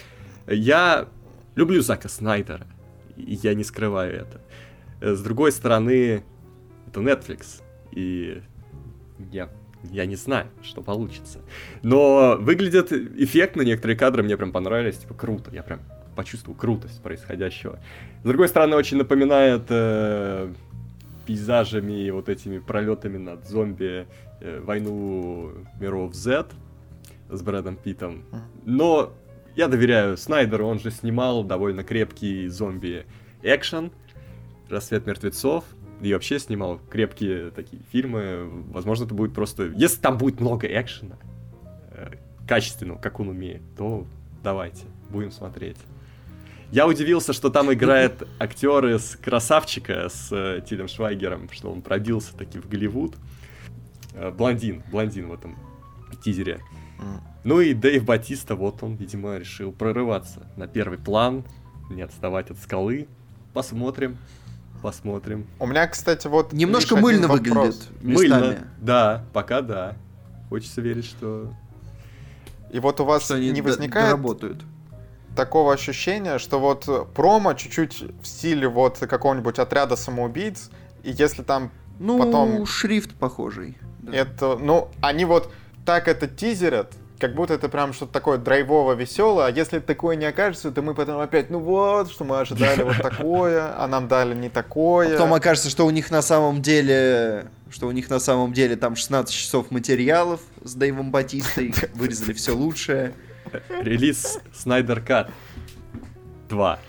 Я люблю Зака Снайдера, и я не скрываю это. Э, С другой стороны, это Netflix, и я, я не знаю, что получится. Но выглядят эффектно, некоторые кадры мне прям понравились, типа круто, я прям почувствовал крутость происходящего. С другой стороны, очень напоминает э, пейзажами и вот этими пролетами над зомби э, «Войну миров Z» с Брэдом Питтом. Но я доверяю Снайдеру, он же снимал довольно крепкий зомби-экшен, «Рассвет мертвецов», и вообще снимал крепкие такие фильмы. Возможно, это будет просто... Если там будет много экшена, э, качественного, как он умеет, то давайте, будем смотреть. Я удивился, что там играет актер из «Красавчика» с э, Тилем Швайгером, что он пробился таки в Голливуд. Э, блондин, блондин в этом тизере. Ну и Дэйв Батиста, вот он, видимо, решил прорываться на первый план, не отставать от скалы. Посмотрим, посмотрим. У меня, кстати, вот... Немножко лишь один мыльно вопрос. выглядит местами. Мыльно, да, пока да. Хочется верить, что... И вот у вас Что они не д- возникает доработают. такого ощущения, что вот промо чуть-чуть в стиле вот какого-нибудь отряда самоубийц, и если там Ну, потом шрифт похожий. да. это, ну, они вот так это тизерят, как будто это прям что-то такое драйвово-веселое, а если такое не окажется, то мы потом опять, ну вот, что мы ожидали вот такое, а нам дали не такое. А потом окажется, что у них на самом деле, что у них на самом деле там шестнадцать часов материалов с Дэйвом Батистой, вырезали все лучшее. Релиз Снайдер Кат два.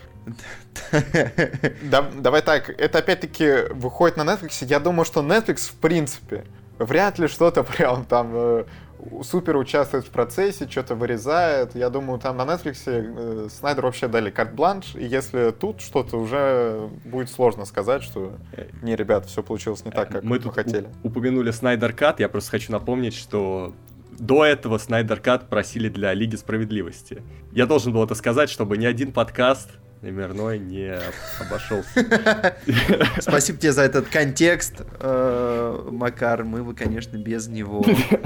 Да- давай так, это опять-таки выходит на Netflix. Я думаю, что Netflix, в принципе, вряд ли что-то прям там э, супер участвует в процессе, что-то вырезает. Я думаю, там на Netflix э, Снайдер вообще дали карт-бланш, и если тут что-то, уже будет сложно сказать, что не, ребят, все получилось не так, как мы, Мы тут хотели. у- упомянули Снайдер Кат, я просто хочу напомнить, что до этого Снайдер Кат просили для Лиги Справедливости. Я должен был это сказать, чтобы ни один подкаст номерной не обошелся. Спасибо тебе за этот контекст, э, Макар. Мы бы, конечно, без него.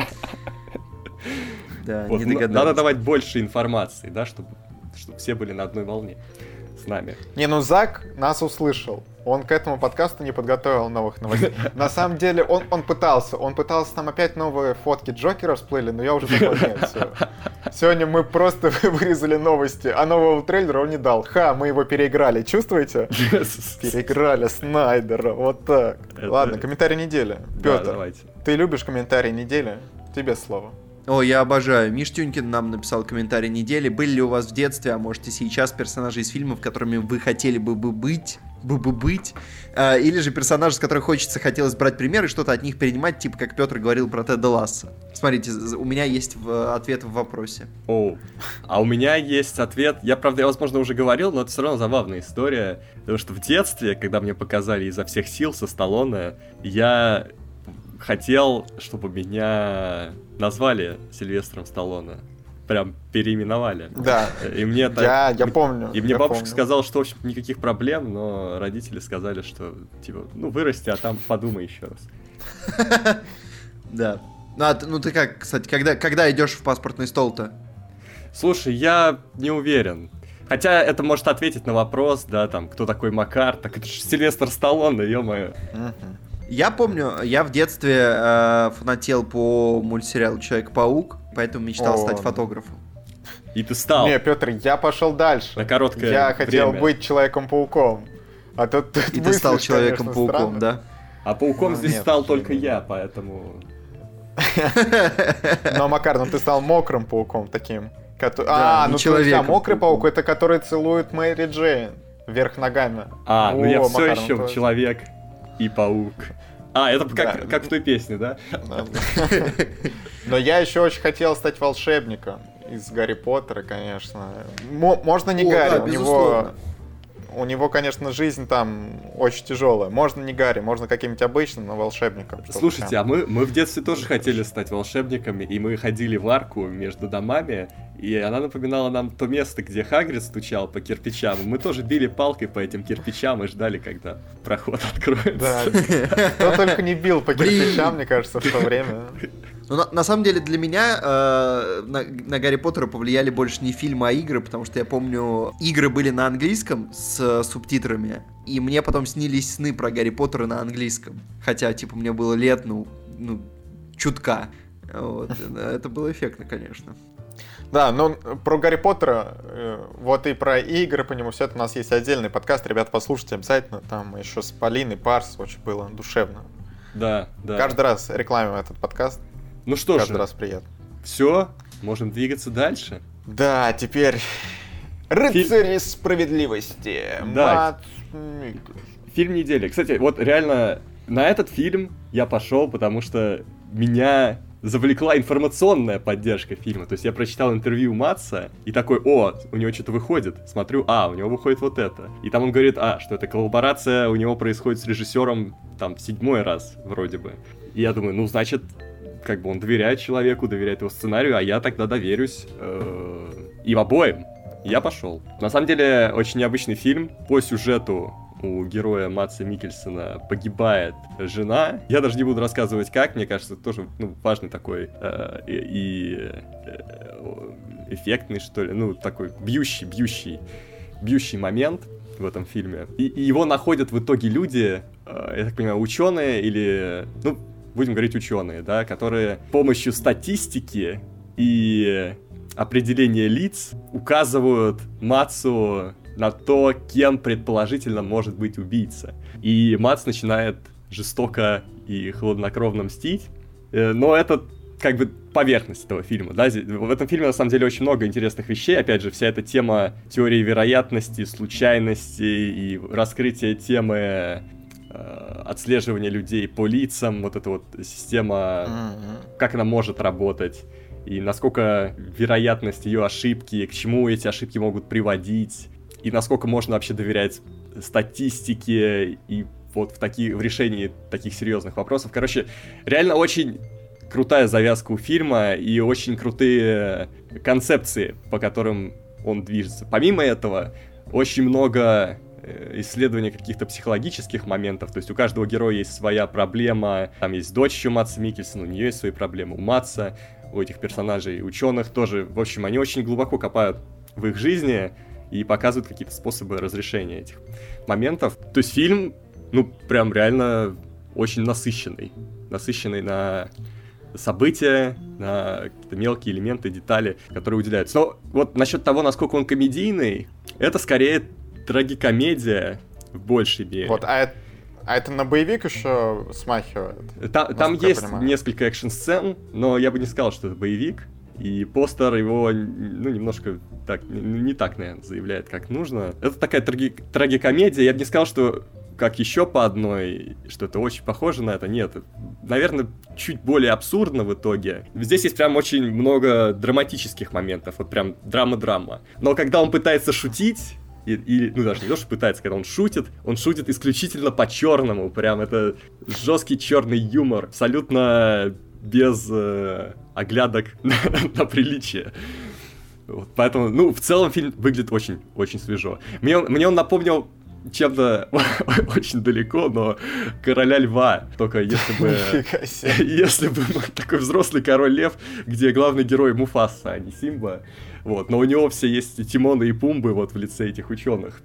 Да, Вот, не н- догадались. надо давать больше информации, да, чтобы, чтобы все были на одной волне с нами. Не, ну Зак нас услышал. Он к этому подкасту не подготовил новых новостей. На самом деле, он, он пытался. Он пытался, там опять новые фотки Джокера всплыли, но я уже такой, нет, всё. Сегодня мы просто вырезали новости, а нового трейлера он не дал. Ха, мы его переиграли. Чувствуете? Переиграли Снайдера. Вот так. Это- Ладно, комментарий недели. Да, Петр, давайте. ты любишь комментарий недели? Тебе слово. О, я обожаю. Миш Тюнькин нам написал комментарий недели. Были ли у вас в детстве, а может и сейчас, персонажи из фильмов, которыми вы хотели бы бы быть, бы бы быть, а, или же персонажи, с которых хочется, хотелось брать пример и что-то от них перенимать, типа как Петр говорил про Теда Ласса. Смотрите, з- у меня есть в- ответ в вопросе. Оу. А у меня есть ответ. Я, правда, я, возможно, уже говорил, но это все равно забавная история. Потому что в детстве, когда мне показали изо всех сил со Сталлоне, я хотел, чтобы меня назвали Сильвестром Сталлоне. прям переименовали. Да, и мне так, я, я помню. И мне я бабушка помню. сказала, что, в общем, никаких проблем, но родители сказали, что, типа, ну, вырасти, а там подумай еще раз. Да. Ну, а ты, ну ты как, кстати, когда, когда идешь в паспортный стол-то? Слушай, я не уверен. Хотя это может ответить на вопрос, да, там, кто такой Макар, так это же Сильвестр Сталлоне, ё-моё. Я помню, я в детстве э, фанател по мультсериалу «Человек-паук», поэтому мечтал О. стать фотографом. И ты стал. Не, Петр, я пошел дальше. На короткое Я хотел время. быть Человеком-пауком. А тут, тут И ты стал мыслишь, Человеком-пауком, конечно, да? А пауком Ну, здесь нет, стал к только сожалению. я, поэтому... Но, Макар, ну ты стал мокрым пауком таким. Кото- Да, а, не ну то есть, да, мокрый человеком-пауком. паук, это который целует Мэри Джейн вверх ногами. А, ну я О, все Макар, ну еще то есть- человек и паук. А, это как, Да. как в той песне, да? Да. Но я еще очень хотел стать волшебником из Гарри Поттера, конечно. Мо- можно не О, Гарри, да, у него, безусловно. у него, конечно, жизнь там очень тяжелая. Можно не Гарри, можно каким-нибудь обычным, но волшебником. чтобы Слушайте, прям- а мы, мы в детстве тоже хотели стать волшебниками, и мы ходили в арку между домами, и она напоминала нам то место, где Хагрид стучал по кирпичам, и мы тоже били палкой по этим кирпичам и ждали, когда проход откроется. Да. Кто только не бил по Блин. кирпичам, мне кажется, в то время. Ну, на, на самом деле, для меня э, на, на Гарри Поттера повлияли больше не фильмы, а игры, потому что я помню, игры были на английском с э, субтитрами, и мне потом снились сны про Гарри Поттера на английском. Хотя, типа, мне было лет, ну, ну чутка. Вот. Это было эффектно, конечно. Да, ну про Гарри Поттера, э, вот и про игры по нему, все это у нас есть отдельный подкаст, ребят, послушайте обязательно, там еще с Полиной Парс очень было душевно. Да, да. Каждый раз рекламируем этот подкаст, Ну что каждый же, раз приятно. все, можем двигаться дальше. Да, теперь рыцари справедливости. Да. Мат Микельсон. Фильм недели. Кстати, вот реально на этот фильм я пошел, потому что меня завлекла информационная поддержка фильма. То есть я прочитал интервью Матса и такой: о, у него что-то выходит. Смотрю, а, у него выходит вот это. И там он говорит, а, что эта коллаборация у него происходит с режиссером там в седьмой раз вроде бы. И я думаю, ну, значит, как бы он доверяет человеку, доверяет его сценарию, а я тогда доверюсь э, им обоим. Я пошел. На самом деле, очень необычный фильм. По сюжету у героя Матса Микельсона погибает жена. Я даже не буду рассказывать как, мне кажется, это тоже ну, важный такой э, и э, эффектный, что ли, ну, такой бьющий, бьющий, бьющий момент в этом фильме. И, и его находят в итоге люди, э, я так понимаю, ученые или, ну, будем говорить ученые, да, которые с помощью статистики и определения лиц указывают Матсу на то, кем предположительно может быть убийца. И Матс начинает жестоко и хладнокровно мстить. Но это как бы поверхность этого фильма. Да? В этом фильме на самом деле очень много интересных вещей. Опять же, вся эта тема теории вероятности, случайности и раскрытие темы э, отслеживания людей по лицам. Вот эта вот система, Mm-hmm. как она может работать. И насколько вероятность ее ошибки, к чему эти ошибки могут приводить. И насколько можно вообще доверять статистике и вот в, такие, в решении таких серьезных вопросов. Короче, реально очень крутая завязка у фильма и очень крутые концепции, по которым он движется. Помимо этого, очень много исследований каких-то психологических моментов. То есть у каждого героя есть своя проблема. Там есть дочь еще Матса Микельсона, у нее есть свои проблемы. У Матса, у этих персонажей, ученых тоже. В общем, они очень глубоко копают в их жизни и показывают какие-то способы разрешения этих моментов. То есть фильм, ну, прям реально очень насыщенный. Насыщенный на события, на какие-то мелкие элементы, детали, которые уделяются. Но вот насчет того, насколько он комедийный, это скорее трагикомедия в большей мере. Вот, а это, а это на боевик еще смахивает? Там, там я есть понимаю. несколько экшн-сцен, но я бы не сказал, что это боевик. И постер его, ну, немножко так, не так, наверное, заявляет, как нужно. Это такая траги- трагикомедия. Я бы не сказал, что как еще по одной, что это очень похоже на это. Нет, наверное, чуть более абсурдно в итоге. Здесь есть прям очень много драматических моментов. Вот прям драма-драма. Но когда он пытается шутить... И, и, ну, даже не то, что пытается, когда он шутит, он шутит исключительно по-черному. Прям это жесткий черный юмор. Абсолютно без э, оглядок на, на приличие. Вот, поэтому, ну, в целом фильм выглядит очень-очень свежо. Мне он, мне он напомнил чем-то очень далеко, но Короля Льва. Только если бы... если бы такой взрослый Король Лев, где главный герой Муфаса, а не Симба. Вот, но у него все есть Тимоны и Пумбы вот в лице этих ученых,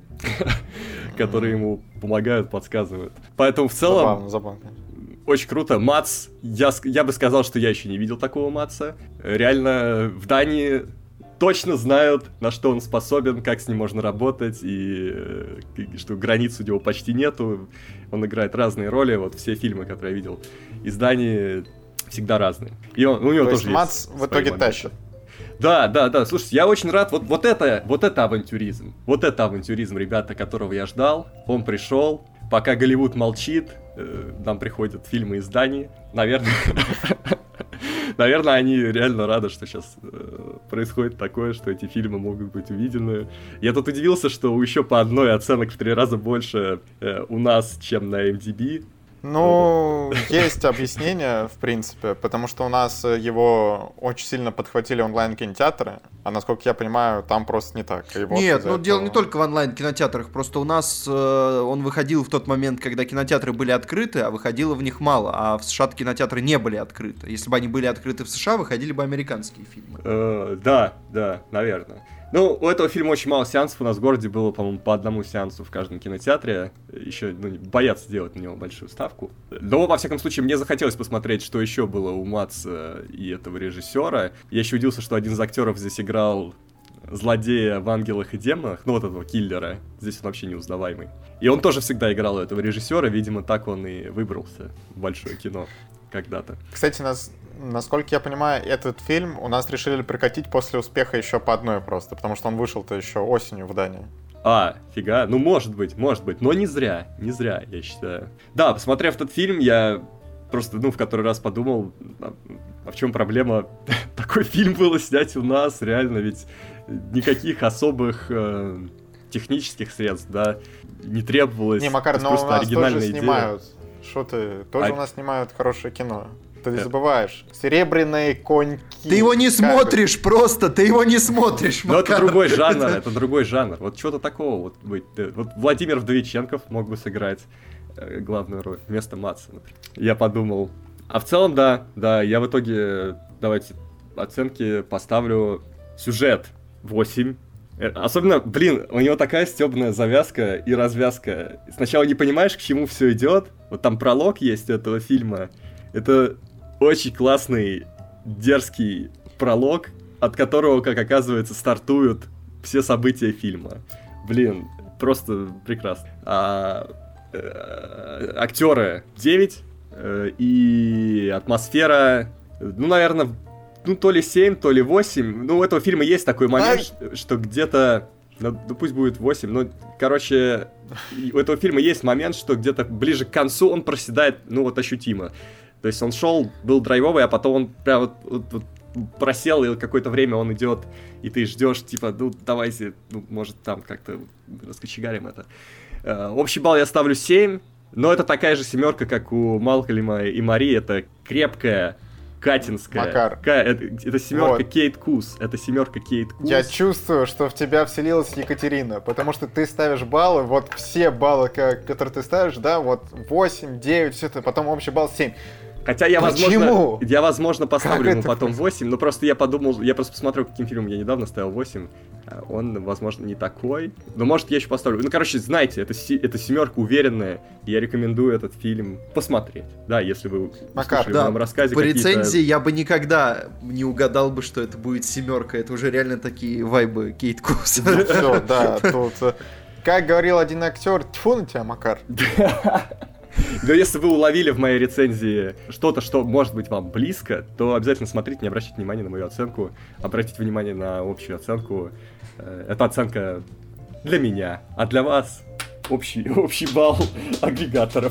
которые ему помогают, подсказывают. Поэтому в целом... Забавно, забавно. Очень круто. Мац, я, я бы сказал, что я еще не видел такого Маца. Реально, в Дании точно знают, на что он способен, как с ним можно работать, и, и что границ у него почти нету. Он играет разные роли. Вот все фильмы, которые я видел из Дании, всегда разные. И он, у него То тоже есть Мац есть в итоге моменты. тащит. Да, да, да. Слушайте, я очень рад. Вот, вот это, вот это авантюризм. Вот это авантюризм, ребята, которого я ждал. Он пришел. Пока Голливуд молчит, э, нам приходят фильмы из Дании. Наверное, наверное, они реально рады, что сейчас э, происходит такое, что эти фильмы могут быть увидены. Я тут удивился, что еще по одной оценок в три раза больше э, у нас, чем на эм ди би. Ну, есть объяснение, в принципе, потому что у нас его очень сильно подхватили онлайн-кинотеатры, а насколько я понимаю, там просто не так. И вот Нет, ну этого... дело не только в онлайн-кинотеатрах, просто у нас э, он выходил в тот момент, когда кинотеатры были открыты, а выходило в них мало, а в США кинотеатры не были открыты. Если бы они были открыты в США, выходили бы американские фильмы. Э, да, да, наверное. Ну, у этого фильма очень мало сеансов, у нас в городе было, по-моему, по одному сеансу в каждом кинотеатре, еще ну, боятся делать на него большую ставку. Но, во всяком случае, мне захотелось посмотреть, что еще было у Маца и этого режиссера. Я еще удивился, что один из актеров здесь играл злодея в «Ангелах и демонах», ну вот этого киллера, здесь он вообще неузнаваемый. И он тоже всегда играл этого режиссера, видимо, так он и выбрался в большое кино когда-то. Кстати, нас... Насколько я понимаю, этот фильм у нас решили прокатить после успеха еще по одной просто, потому что он вышел-то еще осенью в Дании. А, фига, ну может быть, может быть, но не зря, не зря, я считаю. Да, посмотрев этот фильм, я просто, ну, в который раз подумал, а, а в чем проблема такой фильм было снять у нас, реально, ведь никаких особых э, технических средств, да, не требовалось. Не, Макар, но у нас тоже снимают, что ты, тоже а... у нас снимают хорошее кино. Ты не забываешь. Серебряные коньки. Ты его не смотришь просто, ты его не смотришь, Макар. Но это другой жанр, это другой жанр. Вот чего-то такого вот быть. Вот Владимир Вдовиченков мог бы сыграть э, главную роль вместо Маца, например. Я подумал. А в целом, да, да, я в итоге, давайте оценки поставлю. Сюжет восемь. Особенно, блин, у него такая стёбная завязка и развязка. Сначала не понимаешь, к чему все идет. Вот там пролог есть у этого фильма. Это очень классный, дерзкий пролог, от которого, как оказывается, стартуют все события фильма. Блин, просто прекрасно. А, э, актеры девять, э, и атмосфера, ну, наверное, ну, то ли семь, то ли восемь. Ну, у этого фильма есть такой момент, Ай! что где-то... Ну, ну, пусть будет восемь, но, короче, у этого фильма есть момент, что где-то ближе к концу он проседает, ну, вот ощутимо. То есть он шел, был драйвовый, а потом он прям вот, вот, вот просел, и какое-то время он идет, и ты ждешь, типа, ну, давайте, ну, может, там как-то раскочегарим это. Uh, общий балл я ставлю семь, но это такая же семерка, как у Малкольма и Мари, это крепкая, катинская. Макар. Ка- это, это семерка вот. Кейт Кус, это семерка Кейт Кус. Я чувствую, что в тебя вселилась Екатерина, потому что ты ставишь баллы, вот все баллы, которые ты ставишь, да, вот восемь, девять, все это, потом общий балл семь. Хотя я, Почему? возможно, я, возможно, поставлю как ему потом восемь, но просто я подумал, я просто посмотрел, каким фильмом я недавно ставил восемь, он, возможно, не такой, но, может, я еще поставлю. Ну, короче, знаете, это, это семерка уверенная, и я рекомендую этот фильм посмотреть, да, если вы Макар, услышали да, в моем рассказе по какие-то... рецензии я бы никогда не угадал бы, что это будет семерка, это уже реально такие вайбы Кейт Кус. Ну, все, да, тут... Как говорил один актер, тьфу на тебя, Макар. Но если вы уловили в моей рецензии что-то, что может быть вам близко, то обязательно смотрите, не обращайте внимания на мою оценку, обратите внимание на общую оценку. Это оценка для меня, а для вас общий, общий балл агрегаторов.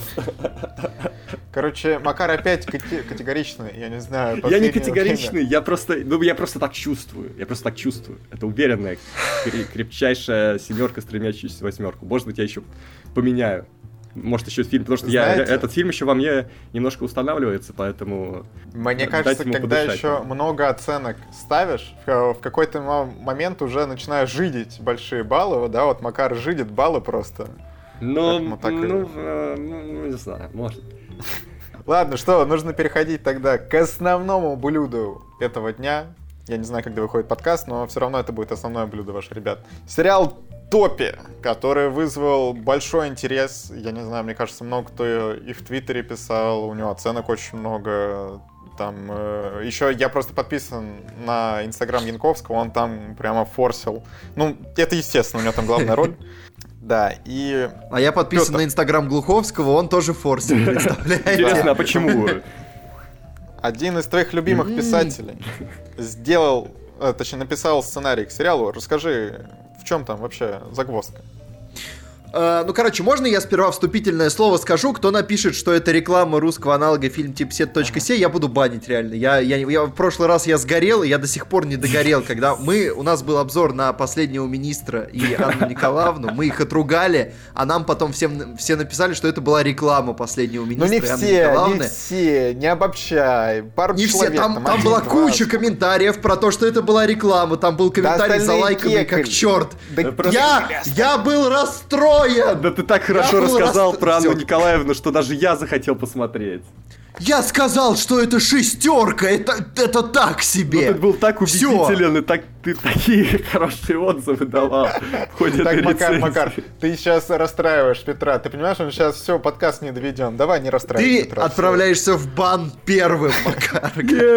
Короче, Макар опять категоричный, я не знаю. Я не категоричный, я просто, ну, я просто так чувствую, я просто так чувствую. Это уверенная, крепчайшая семерка, стремящаяся в восьмерку. Может быть, я еще поменяю может, еще фильм, потому что Знаете, я, этот фильм еще во мне немножко устанавливается, поэтому... Мне кажется, когда еще много оценок ставишь, в, в какой-то момент уже начинаешь жидить большие баллы, да, вот Макар жидит баллы просто. Ну, так... ну, ну, не знаю, может. Ладно, что, нужно переходить тогда к основному блюду этого дня. Я не знаю, когда выходит подкаст, но все равно это будет основное блюдо, ваши ребят. Сериал «Топи», который вызвал большой интерес. Я не знаю, мне кажется, много кто и в Твиттере писал, у него оценок очень много. Там э, еще я просто подписан на Инстаграм Янковского, он там прямо форсил. Ну, это естественно, у него там главная роль. Да, и... А я подписан Пётр. на Инстаграм Глуховского, он тоже форсил, представляете? Интересно, а почему? Один из твоих любимых писателей сделал, точнее, написал сценарий к сериалу. Расскажи, в чем там вообще загвоздка? Uh, ну, короче, можно я сперва вступительное слово скажу? Кто напишет, что это реклама русского аналога фильм Tipset точка си, я буду банить реально. Я, я, я, в прошлый раз я сгорел, и я до сих пор не догорел. Когда мы, у нас был обзор на последнего министра и Анну Николаевну, мы их отругали, а нам потом всем, все написали, что это была реклама последнего министра. Ну не все, не все, не обобщай. Пару не человек, все, там, там, там один, была два. куча комментариев про то, что это была реклама. Там был комментарий да залайканный как черт. Да я, я был расстроен. Да ты так хорошо рассказал расстро... про Анну Всё. Николаевну, что даже я захотел посмотреть. Я сказал, что это шестерка, это, это так себе. Ну, ты был так убедителен, Всё. и так, ты такие хорошие отзывы давал в ходе Так, этой Макар, рецензии. Макар, ты сейчас расстраиваешь Петра. Ты понимаешь, он сейчас все, подкаст не доведен. Давай не расстраивай Ты Петра. отправляешься в бан первым, Макар.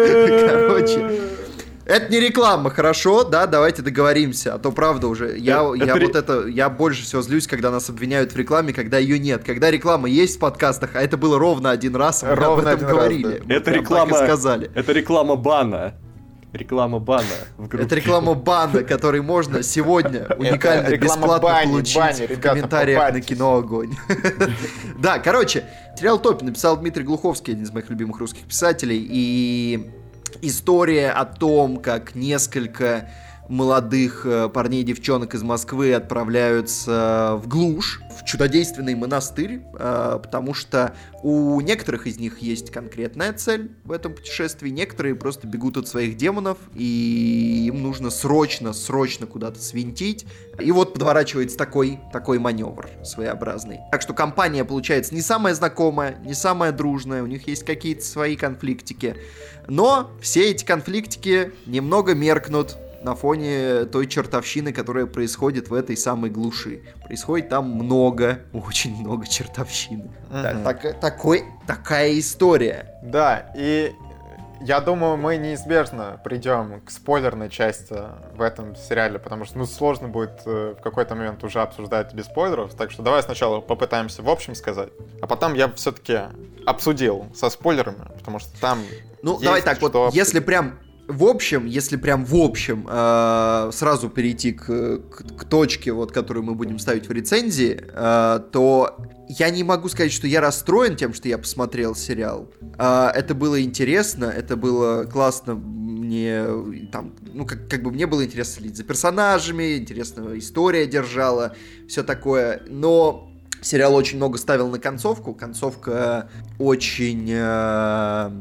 Короче. Это не реклама, хорошо, да, давайте договоримся, а то правда уже, я, Это я ре- вот это, я больше всего злюсь, когда нас обвиняют в рекламе, когда ее нет, когда реклама есть в подкастах, а это было ровно один раз, мы Ровно об этом один говорили, раз, да. мы Это прям реклама, так и сказали. это реклама бана. Реклама бана в группе. Это реклама бана, который можно сегодня уникально, реклама бесплатно бани, получить бани, в ребята, комментариях на попадьтесь. Кино Огонь. Да, короче, сериал «Топи» написал Дмитрий Глуховский, один из моих любимых русских писателей, и история о том, как несколько молодых э, парней и девчонок из Москвы отправляются в глушь, в чудодейственный монастырь, э, потому что у некоторых из них есть конкретная цель в этом путешествии, некоторые просто бегут от своих демонов, и им нужно срочно, срочно куда-то свинтить, и вот подворачивается такой, такой маневр своеобразный. Так что компания получается не самая знакомая, не самая дружная, у них есть какие-то свои конфликтики, но все эти конфликтики немного меркнут на фоне той чертовщины, которая происходит в этой самой глуши. Происходит там много, очень много чертовщины. Мгм. Да, так- такой, такая история. Да, и я думаю, мы неизбежно придем к спойлерной части в этом сериале, потому что ну, сложно будет э, в какой-то момент уже обсуждать без спойлеров, так что давай сначала попытаемся в общем сказать, а потом я все-таки обсудил со спойлерами, потому что там Ну, есть давай так, что вот, обсудить. если прям в общем, если прям в общем э, сразу перейти к, к, к точке, вот, которую мы будем ставить в рецензии, э, то я не могу сказать, что я расстроен тем, что я посмотрел сериал. Э, это было интересно, это было классно, мне там, ну, как, как бы мне было интересно следить за персонажами, интересная история держала, все такое, но сериал очень много ставил на концовку, концовка очень... Э,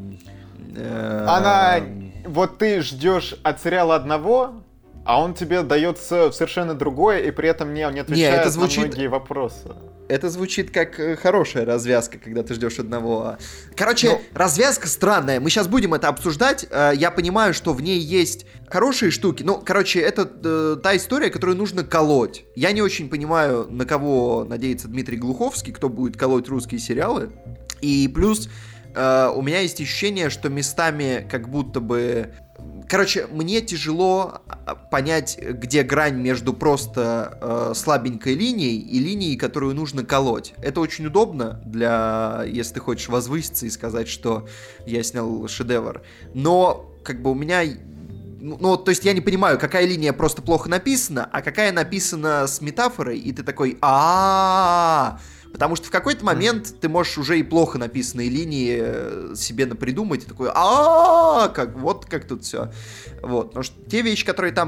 э, Она... Вот ты ждешь от сериала одного, а он тебе дает совершенно другое, и при этом не, не отвечает Не, это звучит... на многие вопросы. Это звучит как э, хорошая развязка, когда ты ждешь одного. Короче, Ну... развязка странная. Мы сейчас будем это обсуждать. Э, я понимаю, что в ней есть хорошие штуки. Ну, короче, это э, та история, которую нужно колоть. Я не очень понимаю, на кого надеется Дмитрий Глуховский, кто будет колоть русские сериалы. И плюс э, у меня есть ощущение, что местами как будто бы... Короче, мне тяжело понять, где грань между просто э, слабенькой линией и линией, которую нужно колоть. Это очень удобно, для, если ты хочешь возвыситься и сказать, что я снял шедевр. Но, как бы, у меня... Ну, то есть я не понимаю, какая линия просто плохо написана, а какая написана с метафорой, и ты такой а Потому что в какой-то момент ты можешь уже и плохо написанные линии себе напридумать, и такой а как вот как тут все. Вот. Потому что те вещи, которые там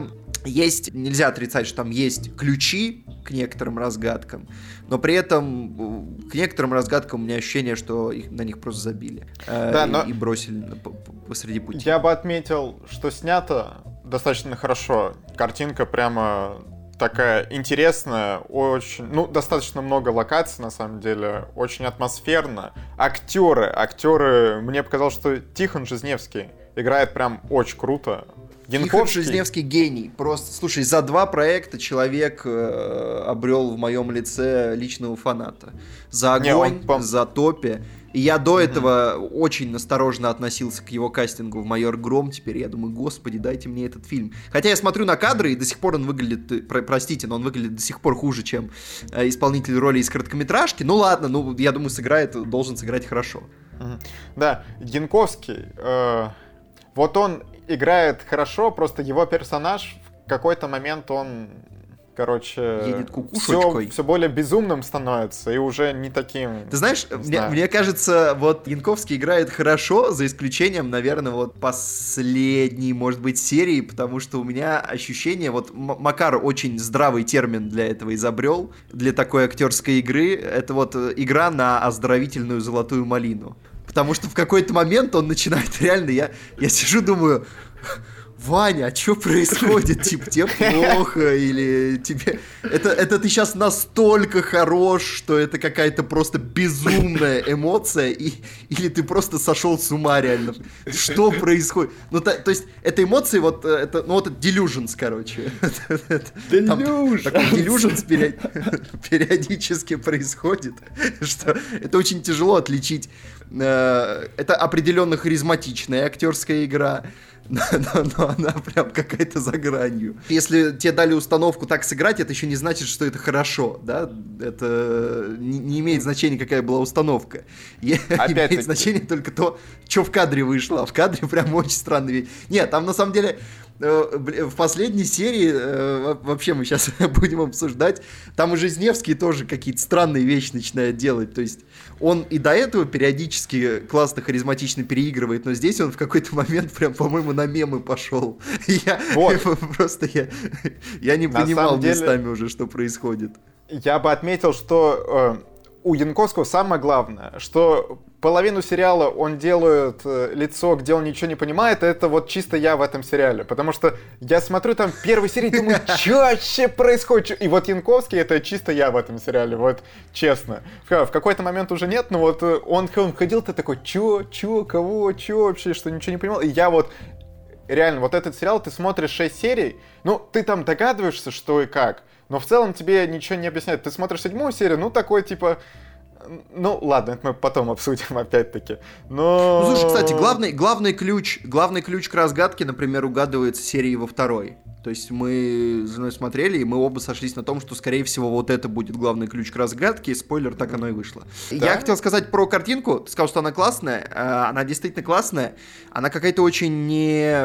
есть, нельзя отрицать, что там есть ключи к некоторым разгадкам, но при этом к некоторым разгадкам у меня ощущение, что их, на них просто забили да, э, но... и, и бросили посреди пути. Я бы отметил, что снято достаточно хорошо. Картинка прямо такая интересная, очень, ну, достаточно много локаций, на самом деле, очень атмосферно. Актеры, актеры, мне показалось, что Тихон Жизневский играет прям очень круто. Тихон Жизневский гений. Просто, слушай, за два проекта человек э, обрел в моем лице личного фаната. За «Огонь», Не, он... за «Топи». И я до mm-hmm. этого очень настороженно относился к его кастингу в «Майор Гром». Теперь я думаю, господи, дайте мне этот фильм. Хотя я смотрю на кадры, и до сих пор он выглядит, про, простите, но он выглядит до сих пор хуже, чем э, исполнитель роли из короткометражки. Ну ладно, ну я думаю, сыграет, должен сыграть хорошо. Mm-hmm. Да, Янковский, э, вот он играет хорошо, просто его персонаж в какой-то момент он... Короче, едет кукушечкой. Все, все более безумным становится и уже не таким. Ты знаешь, мне, мне кажется, вот Янковский играет хорошо, за исключением, наверное, вот последней, может быть, серии, потому что у меня ощущение, вот М- Макар очень здравый термин для этого изобрел, для такой актерской игры, это вот игра на оздоровительную золотую малину. Потому что в какой-то момент он начинает реально, я, я сижу, думаю... Ваня, а что происходит? Типа, тебе плохо или тебе... Это, это ты сейчас настолько хорош, что это какая-то просто безумная эмоция, и, или ты просто сошел с ума реально? Что происходит? Ну, то, то есть, это эмоции, вот, это, ну, вот это delusions, короче. Delusions! Такой delusions периодически происходит, что это очень тяжело отличить. Это определенно харизматичная актерская игра, Но, но, но она прям какая-то за гранью. Если тебе дали установку так сыграть, это еще не значит, что это хорошо, да? Это не, не имеет значения, какая была установка. Имеет значение только то, что в кадре вышло. А в кадре прям очень странный вещь. Нет, там на самом деле... В последней серии, вообще мы сейчас будем обсуждать, там и Жизневский тоже какие-то странные вещи начинает делать. То есть он и до этого периодически классно, харизматично переигрывает, но здесь он в какой-то момент прям, по-моему, на мемы пошел. Я, вот. Просто я, я не на понимал местами деле, уже, что происходит. Я бы отметил, что э, у Янковского самое главное, что... Половину сериала он делает э, лицо, где он ничего не понимает, это вот чисто я в этом сериале. Потому что я смотрю там первую серию и думаю, что вообще происходит? И вот Янковский, это чисто я в этом сериале, вот честно. В, в какой-то момент уже нет, но вот он, он ходил, ты такой, чё, чё, кого, чё вообще, что ничего не понимал. И я вот, реально, вот этот сериал, ты смотришь шесть серий, ну, ты там догадываешься, что и как, но в целом тебе ничего не объясняют. Ты смотришь седьмую серию, ну, такой, типа... Ну, ладно, это мы потом обсудим опять-таки. Но... Ну, слушай, кстати, главный, главный, ключ, главный ключ к разгадке, например, угадывается серией во второй. То есть мы с женой смотрели, и мы оба сошлись на том, что, скорее всего, вот это будет главный ключ к разгадке, и спойлер, так оно и вышло. Да? Я хотел сказать про картинку. Ты сказал, что она классная. Она действительно классная. Она какая-то очень не...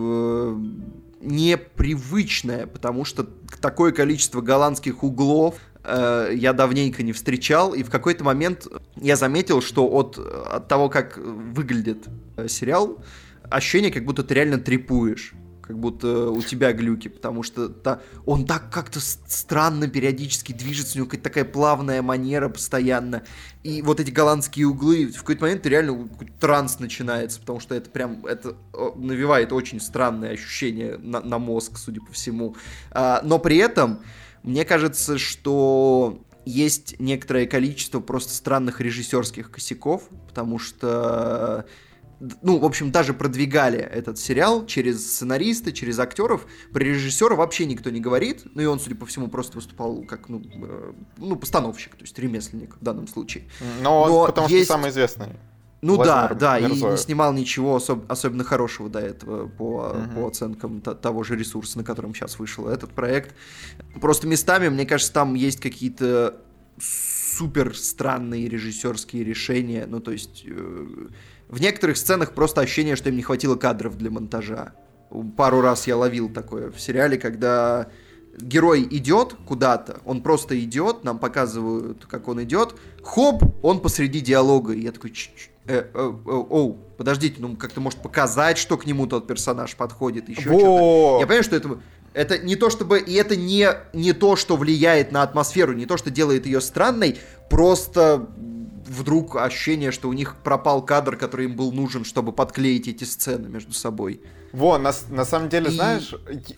непривычная, потому что такое количество голландских углов э, я давненько не встречал, и в какой-то момент я заметил, что от, от того, как выглядит сериал, ощущение, как будто ты реально трипуешь, как будто у тебя глюки, потому что та, он так как-то странно периодически движется, у него какая-то такая плавная манера постоянно, и вот эти голландские углы, в какой-то момент реально транс начинается, потому что это прям, это навевает очень странное ощущение на, на мозг, судя по всему, а, но при этом мне кажется, что есть некоторое количество просто странных режиссерских косяков, потому что... Ну, в общем, даже продвигали этот сериал через сценариста, через актеров. Про режиссера вообще никто не говорит. Ну, и он, судя по всему, просто выступал как, ну, э, ну постановщик, то есть ремесленник в данном случае. Но, Но потому есть... что самый известный. Ну Владимир да, да, Мирзоев. И не снимал ничего особ- особенно хорошего до этого по, uh-huh. по оценкам т- того же ресурса, на котором сейчас вышел этот проект. Просто местами, мне кажется, там есть какие-то супер странные режиссерские решения. Ну, то есть... Э- В некоторых сценах просто ощущение, что им не хватило кадров для монтажа. Пару раз я ловил такое в сериале, когда герой идет куда-то, он просто идет, нам показывают, как он идет, хоп, он посреди диалога, и я такой, Э, э, э, оу, подождите, ну как-то может показать, что к нему тот персонаж подходит, еще Во! что-то. Я понимаю, что это, это не то, чтобы... И это не, не то, что влияет на атмосферу, не то, что делает ее странной, просто вдруг ощущение, что у них пропал кадр, который им был нужен, чтобы подклеить эти сцены между собой. Во, на, на самом деле, И... знаешь,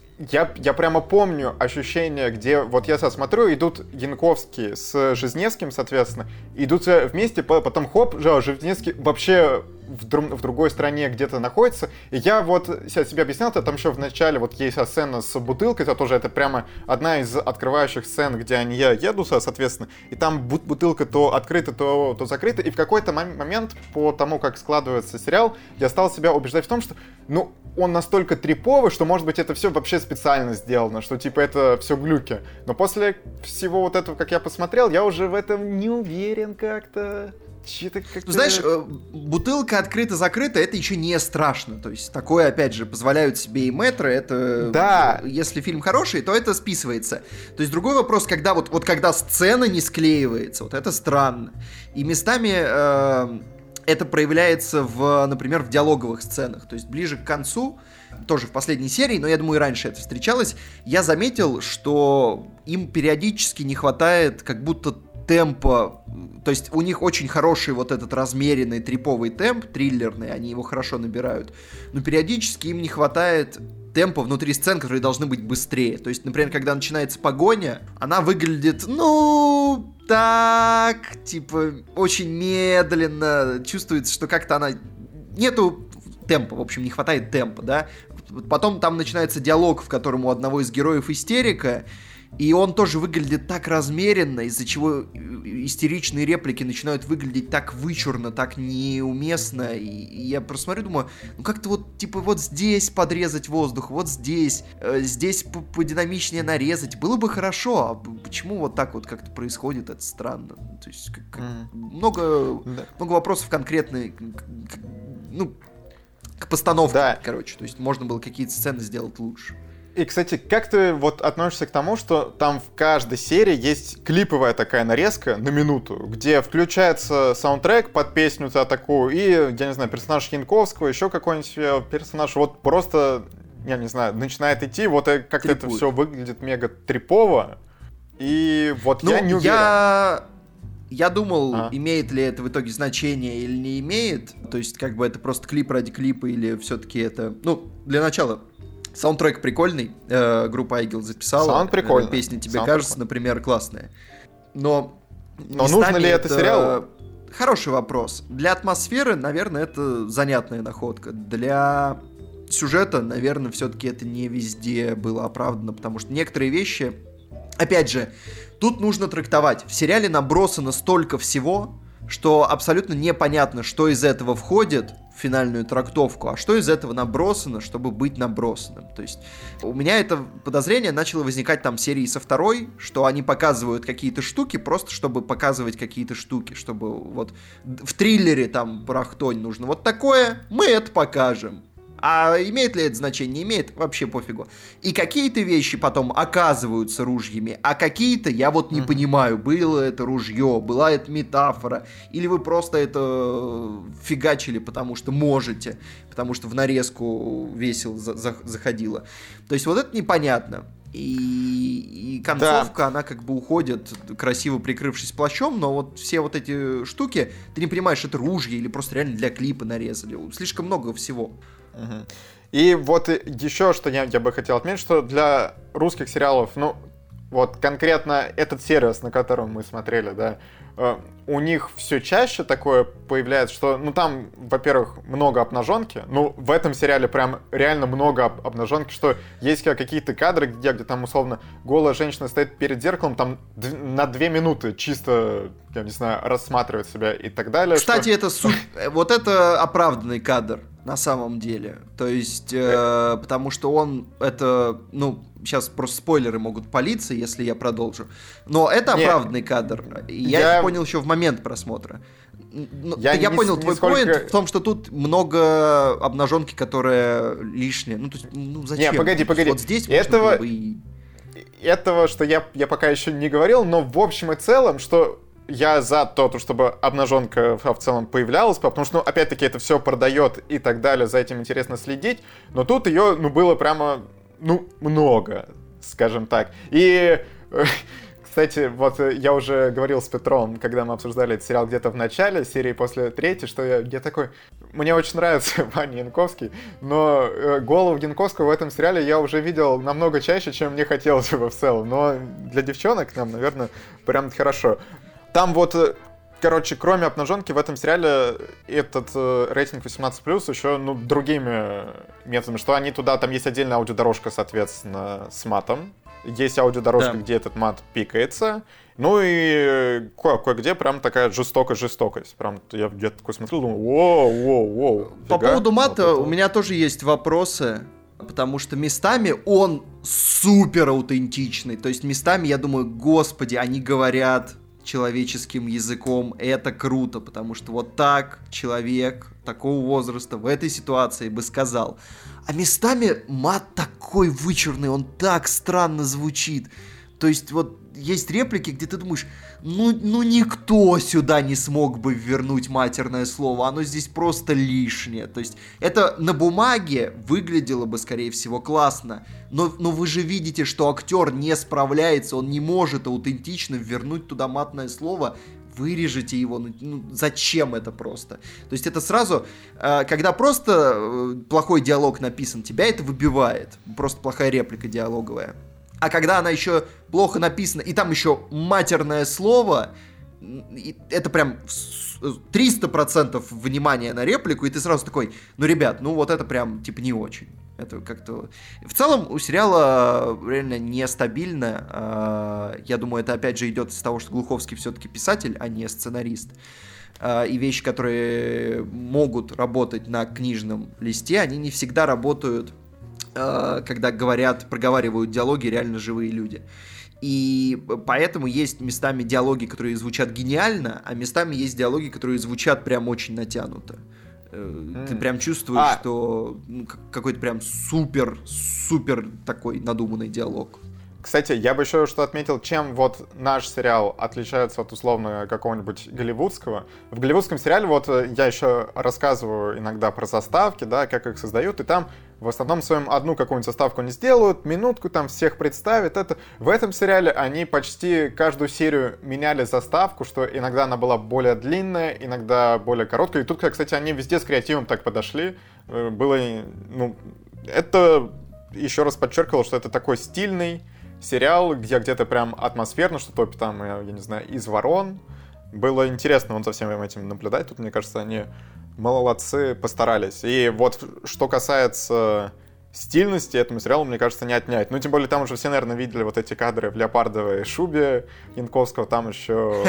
я, я прямо помню ощущение, где вот я сейчас смотрю, идут Янковский с Жизневским, соответственно, идут вместе, потом хоп, Жизневский вообще в, друг, в другой стране где-то находится. И я вот сейчас себе объяснял, это там еще в начале вот есть сцена с бутылкой, это тоже это прямо одна из открывающих сцен, где они едут, соответственно, и там бутылка то открыта, то, то закрыта, и в какой-то момент, по тому, как складывается сериал, я стал себя убеждать в том, что, ну, он настолько триповый, что, может быть, это все вообще специально сделано, что, типа, это все глюки. Но после всего вот этого, как я посмотрел, я уже в этом не уверен как-то. Че-то как-то... Ну, знаешь, бутылка открыта-закрыта, это еще не страшно. То есть, такое, опять же, позволяют себе и мэтры. Это, да. Если фильм хороший, то это списывается. То есть, другой вопрос, когда вот, вот когда сцена не склеивается, вот это странно. И местами... Э- Это проявляется, в, например, в диалоговых сценах. То есть ближе к концу, тоже в последней серии, но я думаю, и раньше это встречалось, я заметил, что им периодически не хватает как будто темпа. То есть у них очень хороший вот этот размеренный триповый темп, триллерный, они его хорошо набирают. Но периодически им не хватает темпа внутри сцен, которые должны быть быстрее. То есть, например, когда начинается погоня, она выглядит, ну... так, типа, очень медленно, чувствуется, что как-то она... Нету темпа, в общем, не хватает темпа, да. Потом там начинается диалог, в котором у одного из героев истерика, и он тоже выглядит так размеренно, из-за чего истеричные реплики начинают выглядеть так вычурно, так неуместно, и я просто смотрю, думаю, ну как-то вот, типа, вот здесь подрезать воздух, вот здесь, э, здесь подинамичнее нарезать, было бы хорошо, а почему вот так вот как-то происходит, это странно, то есть как, как, mm. много, да. много вопросов конкретные, ну, к постановке, да. короче, то есть можно было какие-то сцены сделать лучше. И, кстати, как ты вот относишься к тому, что там в каждой серии есть клиповая такая нарезка на минуту, где включается саундтрек под песню-то такую, и, я не знаю, персонаж Янковского, еще какой-нибудь персонаж, вот просто, я не знаю, начинает идти, вот как-то это все выглядит мега трипово, и вот ну, я не уверен. Я... Я думал, а? имеет ли это в итоге значение или не имеет, то есть как бы это просто клип ради клипа или все-таки это, ну, для начала... Саундтрек прикольный, э, группа Айгел записала. Саунд прикольный. Э, песня «Тебе Саунд кажется», прикольный. Например, классная. Но, Но нужно ли это, это сериалу? Хороший вопрос. Для атмосферы, наверное, это занятная находка. Для сюжета, наверное, все-таки это не везде было оправдано, потому что некоторые вещи... Опять же, тут нужно трактовать. В сериале набросано столько всего, что абсолютно непонятно, что из этого входит в финальную трактовку, а что из этого набросано, чтобы быть набросанным. То есть у меня это подозрение начало возникать там серии со второй, что они показывают какие-то штуки, просто чтобы показывать какие-то штуки, чтобы вот в триллере там Барахтонь нужно вот такое, мы это покажем. А имеет ли это значение? Не имеет, вообще пофигу. И какие-то вещи потом оказываются ружьями, а какие-то я вот не mm-hmm. понимаю, было это ружье, была это метафора, или вы просто это фигачили, потому что можете, потому что в нарезку весело за- за- заходило. То есть вот это непонятно. И, и концовка, да. она как бы уходит, красиво прикрывшись плащом, но вот все вот эти штуки, ты не понимаешь, это ружье или просто реально для клипа нарезали. Слишком много всего. Угу. И вот еще, что я, я бы хотел отметить, что для русских сериалов, ну, вот конкретно этот сервис, на котором мы смотрели, да, э, у них все чаще такое появляется, что, ну, там, во-первых, много обнаженки, ну, в этом сериале прям реально много об- обнаженки, что есть какие-то кадры, где, где там, условно, голая женщина стоит перед зеркалом, там д- на две минуты чисто, я не знаю, рассматривает себя и так далее. Кстати, что... это су... вот это оправданный кадр. На самом деле. То есть, э, потому что он, это, ну, сейчас просто спойлеры могут палиться, если я продолжу. Но это Нет, оправданный кадр. Я, я это понял еще в момент просмотра. Но, я я не, понял не твой поинт сколько... в том, что тут много обнаженки, которая лишняя. Ну, то есть, ну зачем? Не, погоди, погоди. Вот здесь этого... можно было бы и... Этого, что я, я пока еще не говорил, но в общем и целом, что я за то, чтобы обнаженка в целом появлялась, потому что, ну, опять-таки, это все продает и так далее, за этим интересно следить, но тут ее, ну, было прямо, ну, много, скажем так. И, кстати, вот я уже говорил с Петром, когда мы обсуждали этот сериал где-то в начале серии, после третьей, что я, я такой, мне очень нравится Ваня Янковский, но голову Янковского в этом сериале я уже видел намного чаще, чем мне хотелось бы в целом, но для девчонок нам, наверное, прям хорошо. Там вот, короче, кроме обнаженки в этом сериале этот э, рейтинг восемнадцать плюс еще, ну, другими методами, что они туда, там есть отдельная аудиодорожка, соответственно, с матом. Есть аудиодорожка, да, где этот мат пикается. Ну и ко- кое-где прям такая жестокость-жестокость. Прям я где-то такой смотрел, думаю, воу-воу-воу. По поводу мата вот у меня тоже есть вопросы. Потому что местами он супер аутентичный. То есть местами я думаю, господи, они говорят человеческим языком, это круто, потому что вот так человек такого возраста в этой ситуации бы сказал. А местами мат такой вычурный, он так странно звучит. То есть вот есть реплики, где ты думаешь, ну, ну никто сюда не смог бы вернуть матерное слово, оно здесь просто лишнее. То есть это на бумаге выглядело бы, скорее всего, классно, но, но вы же видите, что актер не справляется, он не может аутентично вернуть туда матное слово, вырежете его, ну, ну зачем это просто? То есть это сразу, э, когда просто э, плохой диалог написан, тебя это выбивает, просто плохая реплика диалоговая. А когда она еще плохо написана, и там еще матерное слово, это прям триста процентов внимания на реплику, и ты сразу такой, ну, ребят, ну, вот это прям, типа, не очень. Это как-то... В целом, у сериала реально нестабильно. Я думаю, это, опять же, идет из того, что Глуховский все-таки писатель, а не сценарист. И вещи, которые могут работать на книжном листе, они не всегда работают, когда говорят, проговаривают диалоги реально живые люди. И поэтому есть местами диалоги, которые звучат гениально, а местами есть диалоги, которые звучат прям очень натянуто. Mm. Ты прям чувствуешь, а. что ну, какой-то прям супер-супер такой надуманный диалог. Кстати, я бы еще что отметил, чем вот наш сериал отличается от условно какого-нибудь голливудского. В голливудском сериале вот я еще рассказываю иногда про заставки, да, как их создают, и там в основном своем одну какую-нибудь заставку не сделают, минутку там всех представят. Это... В этом сериале они почти каждую серию меняли заставку, что иногда она была более длинная, иногда более короткая. И тут, кстати, они везде с креативом так подошли. Было, ну, это еще раз подчеркивало, что это такой стильный сериал, где где-то прям атмосферно, что топит там, я не знаю, из ворон. Было интересно вот за всем этим наблюдать. Тут, мне кажется, они молодцы, постарались. И вот что касается стильности этому сериалу, мне кажется, не отнять. Ну, тем более, там уже все, наверное, видели вот эти кадры в леопардовой шубе Янковского. Там еще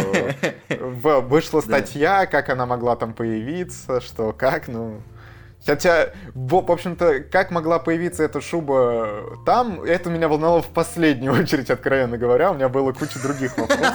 вышла статья, как она могла там появиться, что как, ну... Хотя, в общем-то, как могла появиться эта шуба там, это меня волновало в последнюю очередь, откровенно говоря. У меня было куча других вопросов.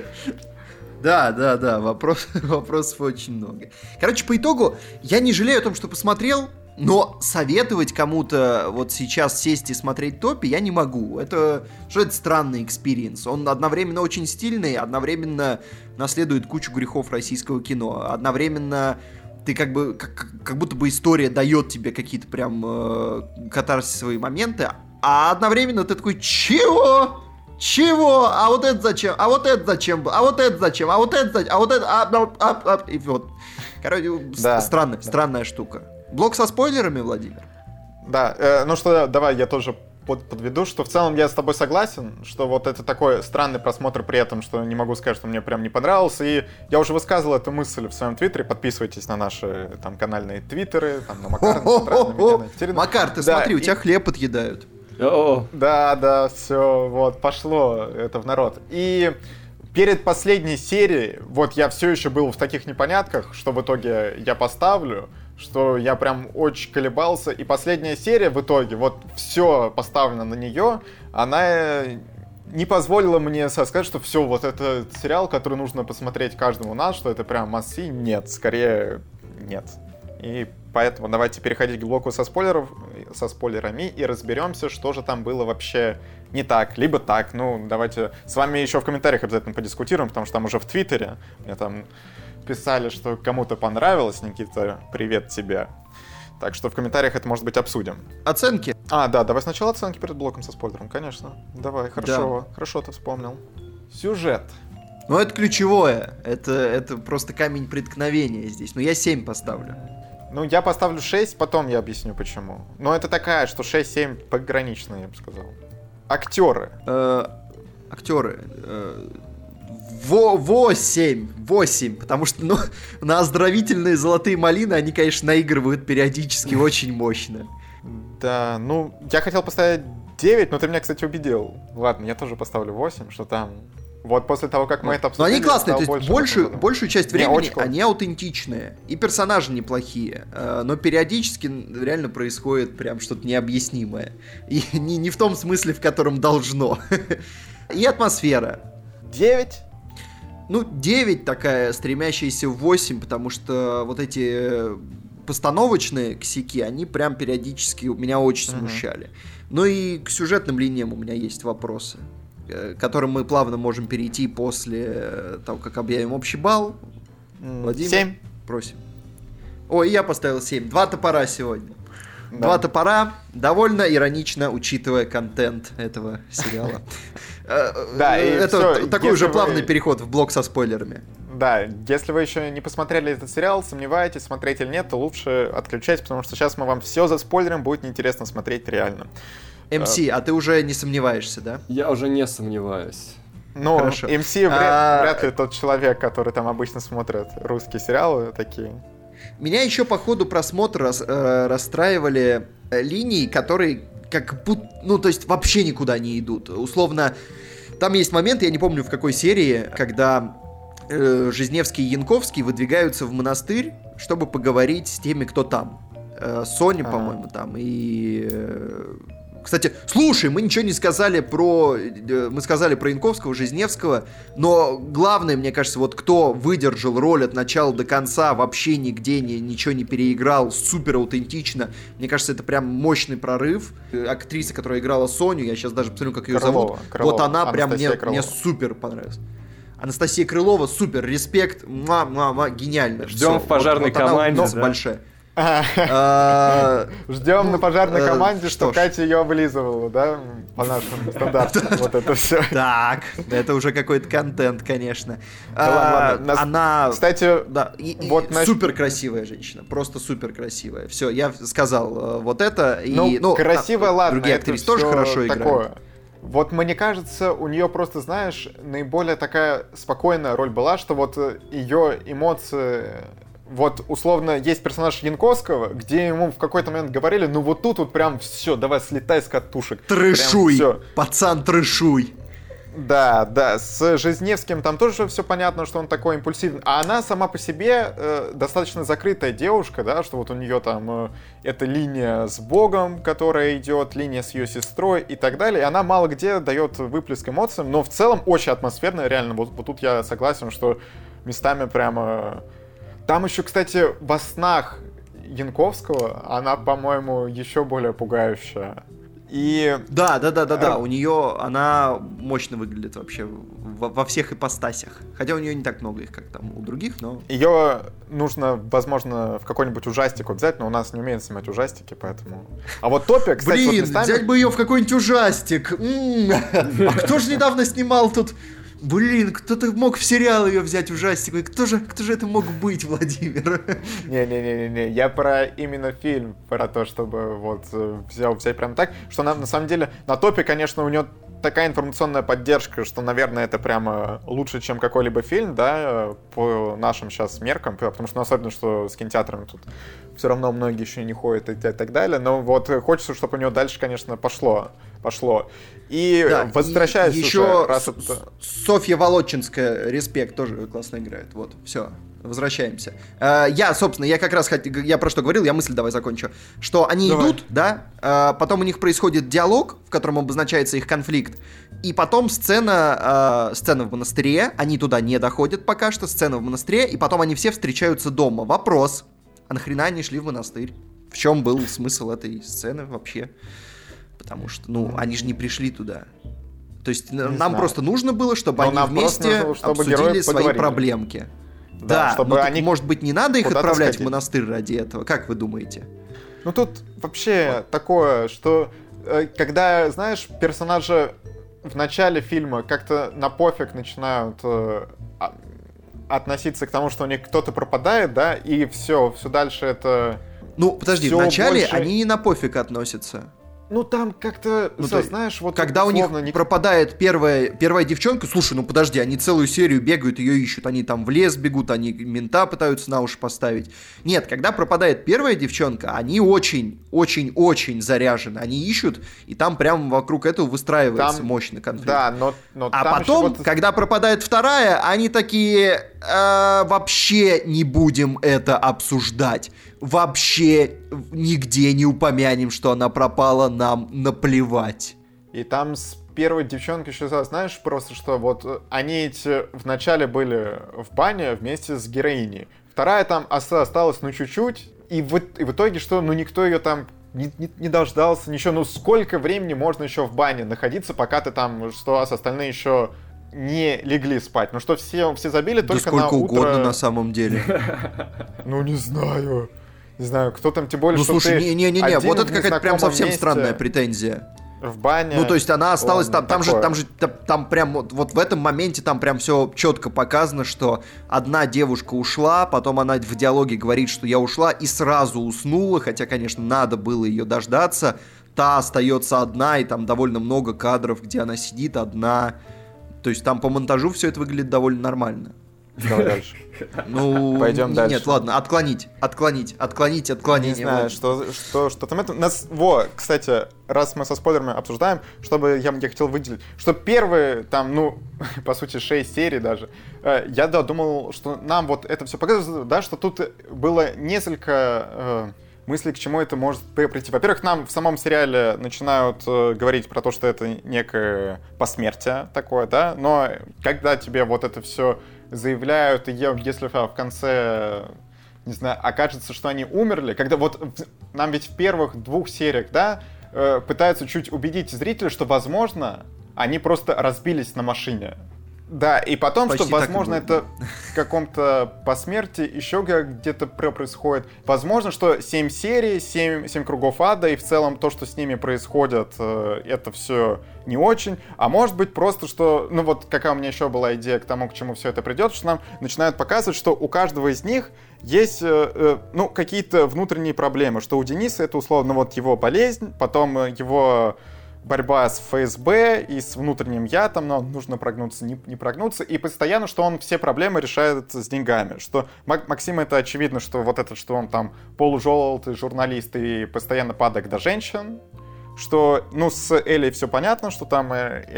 Да, да, да, вопрос, вопросов очень много. Короче, по итогу, я не жалею о том, что посмотрел, но советовать кому-то вот сейчас сесть и смотреть Топи я не могу. Это, что это странный экспириенс. Он одновременно очень стильный, одновременно наследует кучу грехов российского кино, одновременно... Ты как бы, как, как будто бы история дает тебе какие-то прям э, катарсисовые моменты, а одновременно ты такой, чего? Чего? А вот это зачем? А вот это зачем? А вот это зачем? А вот это зачем? А вот это... А, а, а, а, и вот. Короче, да, странная, да. странная штука. Блок со спойлерами, Владимир? Да, э, ну что, давай я тоже под, подведу, что в целом я с тобой согласен, что вот это такой странный просмотр при этом, что не могу сказать, что мне прям не понравился. И я уже высказывал эту мысль в своем твиттере. Подписывайтесь на наши там канальные твиттеры, там на Макар, на Макар, ты смотри, у тебя хлеб отъедают. Да, да, все, вот, пошло это в народ. И перед последней серией, вот я все еще был в таких непонятках, что в итоге я поставлю, что я прям очень колебался. И последняя серия в итоге, вот все поставлено на нее, она не позволила мне сказать, что все, вот это сериал, который нужно посмотреть каждому нас, что это прям must-see. Нет, скорее нет. И поэтому давайте переходить к блоку со спойлеров. со спойлерами и разберемся, что же там было вообще не так, либо так. Ну, давайте с вами еще в комментариях обязательно подискутируем, потому что там уже в Твиттере мне там писали, что кому-то понравилось. Никита, привет тебе. Так что в комментариях это, может быть, обсудим. Оценки? А, да, давай сначала оценки перед блоком со спойлером, конечно. Давай, хорошо, да. Хорошо ты вспомнил. Сюжет. Ну, это ключевое. Это, это просто камень преткновения здесь. Но я семь поставлю. Ну, я поставлю шесть, потом я объясню, почему. Но это такая, что шесть-семь пограничная, я бы сказал. Актеры. Э, актеры. Э, во, восемь. Восемь. Потому что, ну, на оздоровительные золотые малины они, конечно, наигрывают периодически очень мощно. Да, ну, я хотел поставить девять, но ты меня, кстати, убедил. Ладно, я тоже поставлю восемь, что там... Вот после того, как мы ну, это обсудили... Но они классные, то есть больше большую, большую часть времени не, они аутентичные. И персонажи неплохие. Но периодически реально происходит прям что-то необъяснимое. И не, не в том смысле, в котором должно. И атмосфера. девять? Ну, девять такая, стремящаяся в восемь, потому что вот эти постановочные косяки, они прям периодически меня очень смущали. Uh-huh. Ну и к сюжетным линиям у меня есть вопросы, к которым мы плавно можем перейти после того, как объявим общий балл. Владимир, семь. Просим. Ой, я поставил семь. Два топора сегодня. Да. Два топора. Довольно иронично, учитывая контент этого сериала. Да, это такой уже плавный переход в блок со спойлерами. Да, если вы еще не посмотрели этот сериал, сомневаетесь, смотреть или нет, то лучше отключайтесь, потому что сейчас мы вам все заспойлерим, будет неинтересно смотреть реально. эм си, а ты уже не сомневаешься, да? Я уже не сомневаюсь. Ну, Хорошо. эм си вряд, а... вряд ли тот человек, который там обычно смотрит русские сериалы такие. Меня еще по ходу просмотра рас, э, расстраивали линии, которые как будто, ну, то есть вообще никуда не идут. Условно, там есть момент, я не помню в какой серии, когда э, Жизневский и Янковский выдвигаются в монастырь, чтобы поговорить с теми, кто там. Э, Соня, А-а-а. по-моему, там, и... Э, Кстати, слушай, мы ничего не сказали про... Мы сказали про Янковского, Жизневского, но главное, мне кажется, вот кто выдержал роль от начала до конца, вообще нигде не, ничего не переиграл, супер аутентично. Мне кажется, это прям мощный прорыв. Актриса, которая играла Соню, я сейчас даже посмотрю, как ее Крылова, зовут. Крылова. Вот она Анастасия прям мне, мне супер понравилась. Анастасия Крылова, супер, респект, ма-ма-ма, гениально. Ждем в пожарной вот, вот команде. Она большая. Ждем на пожарной команде, что Катя ее облизывала, да? По нашим стандартам. Вот это все. Так, это уже какой-то контент, конечно. Она, кстати, супер красивая женщина, просто супер красивая. Все, я сказал вот это. Ну, красивая, ладно. Другие актрисы тоже хорошо играют. Вот мне кажется, у нее просто, знаешь, наиболее такая спокойная роль была, что вот ее эмоции... Вот, условно, есть персонаж Янковского, где ему в какой-то момент говорили, ну вот тут вот прям все, давай слетай с катушек. Трэшуй, пацан, трэшуй. Да, да, с Жизневским там тоже все понятно, что он такой импульсивный. А она сама по себе э, достаточно закрытая девушка, да, что вот у нее там э, эта линия с Богом, которая идет, линия с ее сестрой и так далее. И она мало где дает выплеск эмоциям, но в целом очень атмосферная, реально. Вот, вот тут я согласен, что местами прямо... Там еще, кстати, во снах Янковского она, по-моему, еще более пугающая. И... Да, да, да, да, да. У нее она мощно выглядит вообще во, во всех ипостасях. Хотя у нее не так много их, как там у других, но. Ее нужно, возможно, в какой-нибудь ужастик взять, но у нас не умеют снимать ужастики, поэтому. А вот Топик, кстати, Блин, вот местами... взять бы ее в какой-нибудь ужастик. М-м-м. А кто же недавно снимал тут? Блин, кто-то мог в сериал ее взять ужастик. Кто же, кто же это мог быть, Владимир? Не-не-не-не, я про именно фильм, про то, чтобы вот взял, взять прям так, что на, на самом деле на Топе, конечно, у нее такая информационная поддержка, что, наверное, это прямо лучше, чем какой-либо фильм, да, по нашим сейчас меркам, потому что, ну, особенно, что с кинотеатрами тут все равно многие еще не ходят и так далее, но вот хочется, чтобы у нее дальше, конечно, пошло. Пошло. И да, возвращаясь и еще уже... Раз С- это... Софья Володчинская, респект, тоже классно играет. Вот, все, возвращаемся. А, я, собственно, я как раз хотел... Я про что говорил, я мысль давай закончу. Что они давай. идут, да, а, потом у них происходит диалог, в котором обозначается их конфликт, и потом сцена, а, сцена в монастыре, они туда не доходят пока что, сцена в монастыре, и потом они все встречаются дома. Вопрос, а нахрена они шли в монастырь? В чем был смысл этой сцены вообще? Потому что, ну, они же не пришли туда. То есть не нам знаю. Просто нужно было, чтобы Но они вместе было, чтобы обсудили свои поговорили. проблемки. Да, да чтобы ну, они... может быть, не надо их отправлять сходить. в монастырь ради этого? Как вы думаете? Ну, тут вообще вот. такое, что когда, знаешь, персонажи в начале фильма как-то на пофиг начинают э, относиться к тому, что у них кто-то пропадает, да, и все, все дальше это... Ну, подожди, в начале больше... они не на пофиг относятся. Ну, там как-то, ну, все, знаешь, вот... Когда у них не... пропадает первая, первая девчонка, слушай, ну подожди, они целую серию бегают, ее ищут, они там в лес бегут, они мента пытаются на уши поставить. Нет, когда пропадает первая девчонка, они очень-очень-очень заряжены, они ищут, и там прямо вокруг этого выстраивается там... мощный конфликт. Да, но, но а потом, вот... когда пропадает вторая, они такие, э, вообще не будем это обсуждать. Вообще нигде не упомянем, что она пропала, нам наплевать. И там с первой девчонкой еще, знаешь, просто что вот они эти вначале были в бане вместе с героиней. Вторая там осталась, ну, чуть-чуть. И в, и в итоге, что, ну, никто ее там не, не, не дождался, ничего. Ну, сколько времени можно еще в бане находиться, пока ты там, что остальные еще... не легли спать. Ну что, все, все забили да только на утро... сколько угодно на самом деле. Ну, не знаю. Не знаю, кто там, тем более, ну, что слушай, ты не-не-не, вот это какая-то прям совсем странная претензия. В бане. Ну, то есть она осталась там, там же, там же, там, там прям вот, вот в этом моменте там прям все четко показано, что одна девушка ушла, потом она в диалоге говорит, что я ушла и сразу уснула, хотя, конечно, надо было ее дождаться. Та остается одна, и там довольно много кадров, где она сидит одна. То есть там по монтажу все это выглядит довольно нормально. Давай дальше. Ну, пойдем дальше. Нет, ладно, отклонить, отклонить, отклонить, отклонить. Не знаю, что, что, что там это... Нас... Во, кстати, раз мы со спойлерами обсуждаем, чтобы я, я хотел выделить, что первые, там, ну, по сути, шесть серий даже, э, я, да, думал, что нам вот это все показывает, да, что тут было несколько... Э, мысли, к чему это может прийти. Во-первых, нам в самом сериале начинают э, говорить про то, что это некое посмертие такое, да, но когда тебе вот это все заявляют, и если в конце, не знаю, окажется, что они умерли, когда вот нам ведь в первых двух сериях, да, э, пытаются чуть убедить зрителя, что, возможно, они просто разбились на машине. Да, и потом, Почти что, возможно, это в каком-то посмертии еще где-то происходит. Возможно, что семь серий, семь, семь кругов ада, и в целом то, что с ними происходит, это все не очень. А может быть просто, что... Ну вот какая у меня еще была идея к тому, к чему все это придет, что нам начинают показывать, что у каждого из них есть, ну, какие-то внутренние проблемы. Что у Дениса это, условно, вот его болезнь, потом его... борьба с эф эс бэ и с внутренним я, там, но нужно прогнуться, не, не прогнуться, и постоянно, что он все проблемы решает с деньгами, что Мак- Максим это очевидно, что вот это, что он там полужелтый журналист и постоянно падает до женщин, что, ну, с Элей все понятно, что там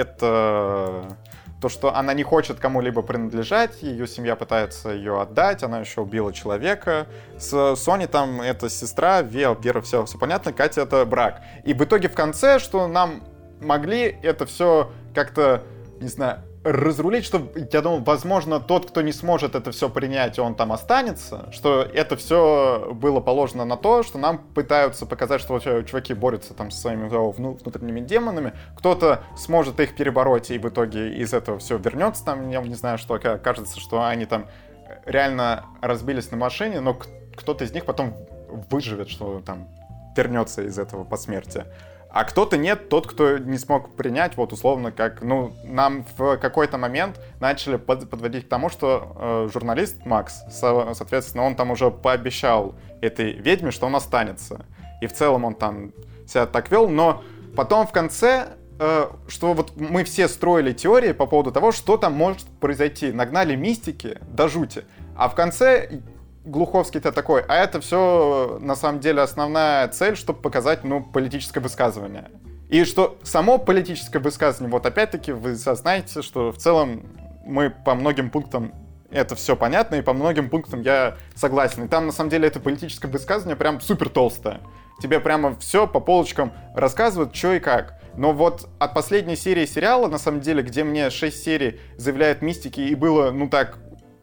это... То, что она не хочет кому-либо принадлежать, ее семья пытается ее отдать, она еще убила человека. С Соней там это сестра, Вера, Вера, все, все понятно, Катя это брак. И в итоге в конце, что нам могли это все как-то, не знаю, разрулить, что, я думал, возможно, тот, кто не сможет это все принять, он там останется, что это все было положено на то, что нам пытаются показать, что чуваки борются там со своими внутренними демонами, кто-то сможет их перебороть и в итоге из этого все вернется, там, я не знаю, что кажется, что они там реально разбились на машине, но кто-то из них потом выживет, что там вернется из этого посмертия. А кто-то нет, тот, кто не смог принять, вот условно, как, ну, нам в какой-то момент начали под, подводить к тому, что э, журналист Макс, со, соответственно, он там уже пообещал этой ведьме, что он останется. И в целом он там себя так вел, но потом в конце, э, что вот мы все строили теории по поводу того, что там может произойти. Нагнали мистики до жути. А в конце... Глуховский-то такой, а это все на самом деле основная цель, чтобы показать, ну, политическое высказывание. И что само политическое высказывание, вот опять-таки вы знаете, что в целом мы по многим пунктам это все понятно, и по многим пунктам я согласен. И там на самом деле это политическое высказывание прям супер толстое. Тебе прямо все по полочкам рассказывают, что и как. Но вот от последней серии сериала, на самом деле, где мне шесть серий заявляют мистики, и было, ну так,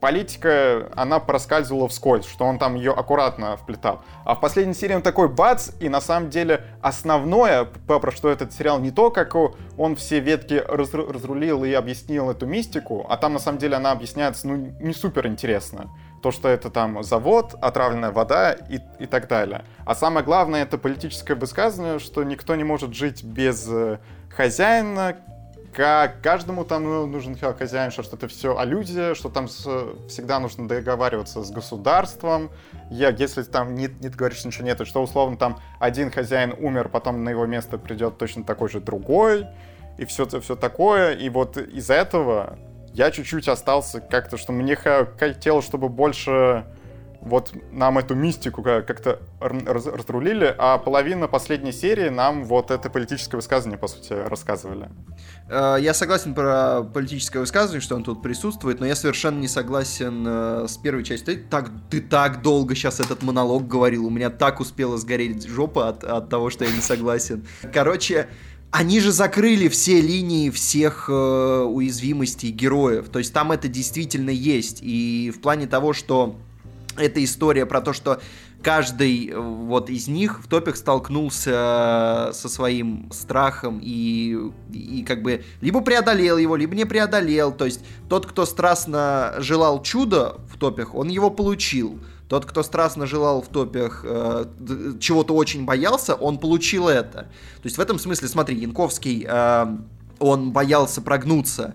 политика, она проскальзывала вскользь, что он там ее аккуратно вплетал. А в последней серии он такой бац, и на самом деле основное, про что этот сериал, не то, как он все ветки раз- разрулил и объяснил эту мистику, а там на самом деле она объясняется, ну, не супер интересно. То, что это там завод, отравленная вода и, и так далее. А самое главное, это политическое высказывание, что никто не может жить без хозяина, как каждому там нужен хозяин, что это все аллюзия, что там с, всегда нужно договариваться с государством. Я, если там не, не говоришь, ничего нет, что условно там один хозяин умер, потом на его место придет точно такой же другой, и все, все такое. И вот из-за этого я чуть-чуть остался как-то, что мне хотелось, чтобы больше вот нам эту мистику как-то раз, разрулили, а половина последней серии нам вот это политическое высказывание, по сути, рассказывали. Я согласен про политическое высказывание, что он тут присутствует, но я совершенно не согласен с первой частью. Ты так, ты так долго сейчас этот монолог говорил, у меня так успела сгореть жопа от, от того, что я не согласен. Короче, они же закрыли все линии всех э, уязвимостей героев, то есть там это действительно есть, и в плане того, что эта история про то, что каждый вот из них в топях столкнулся со своим страхом и, и как бы либо преодолел его, либо не преодолел. То есть тот, кто страстно желал чуда в топях, он его получил. Тот, кто страстно желал в топях э, чего-то очень боялся, он получил это. То есть в этом смысле, смотри, Янковский, э, он боялся прогнуться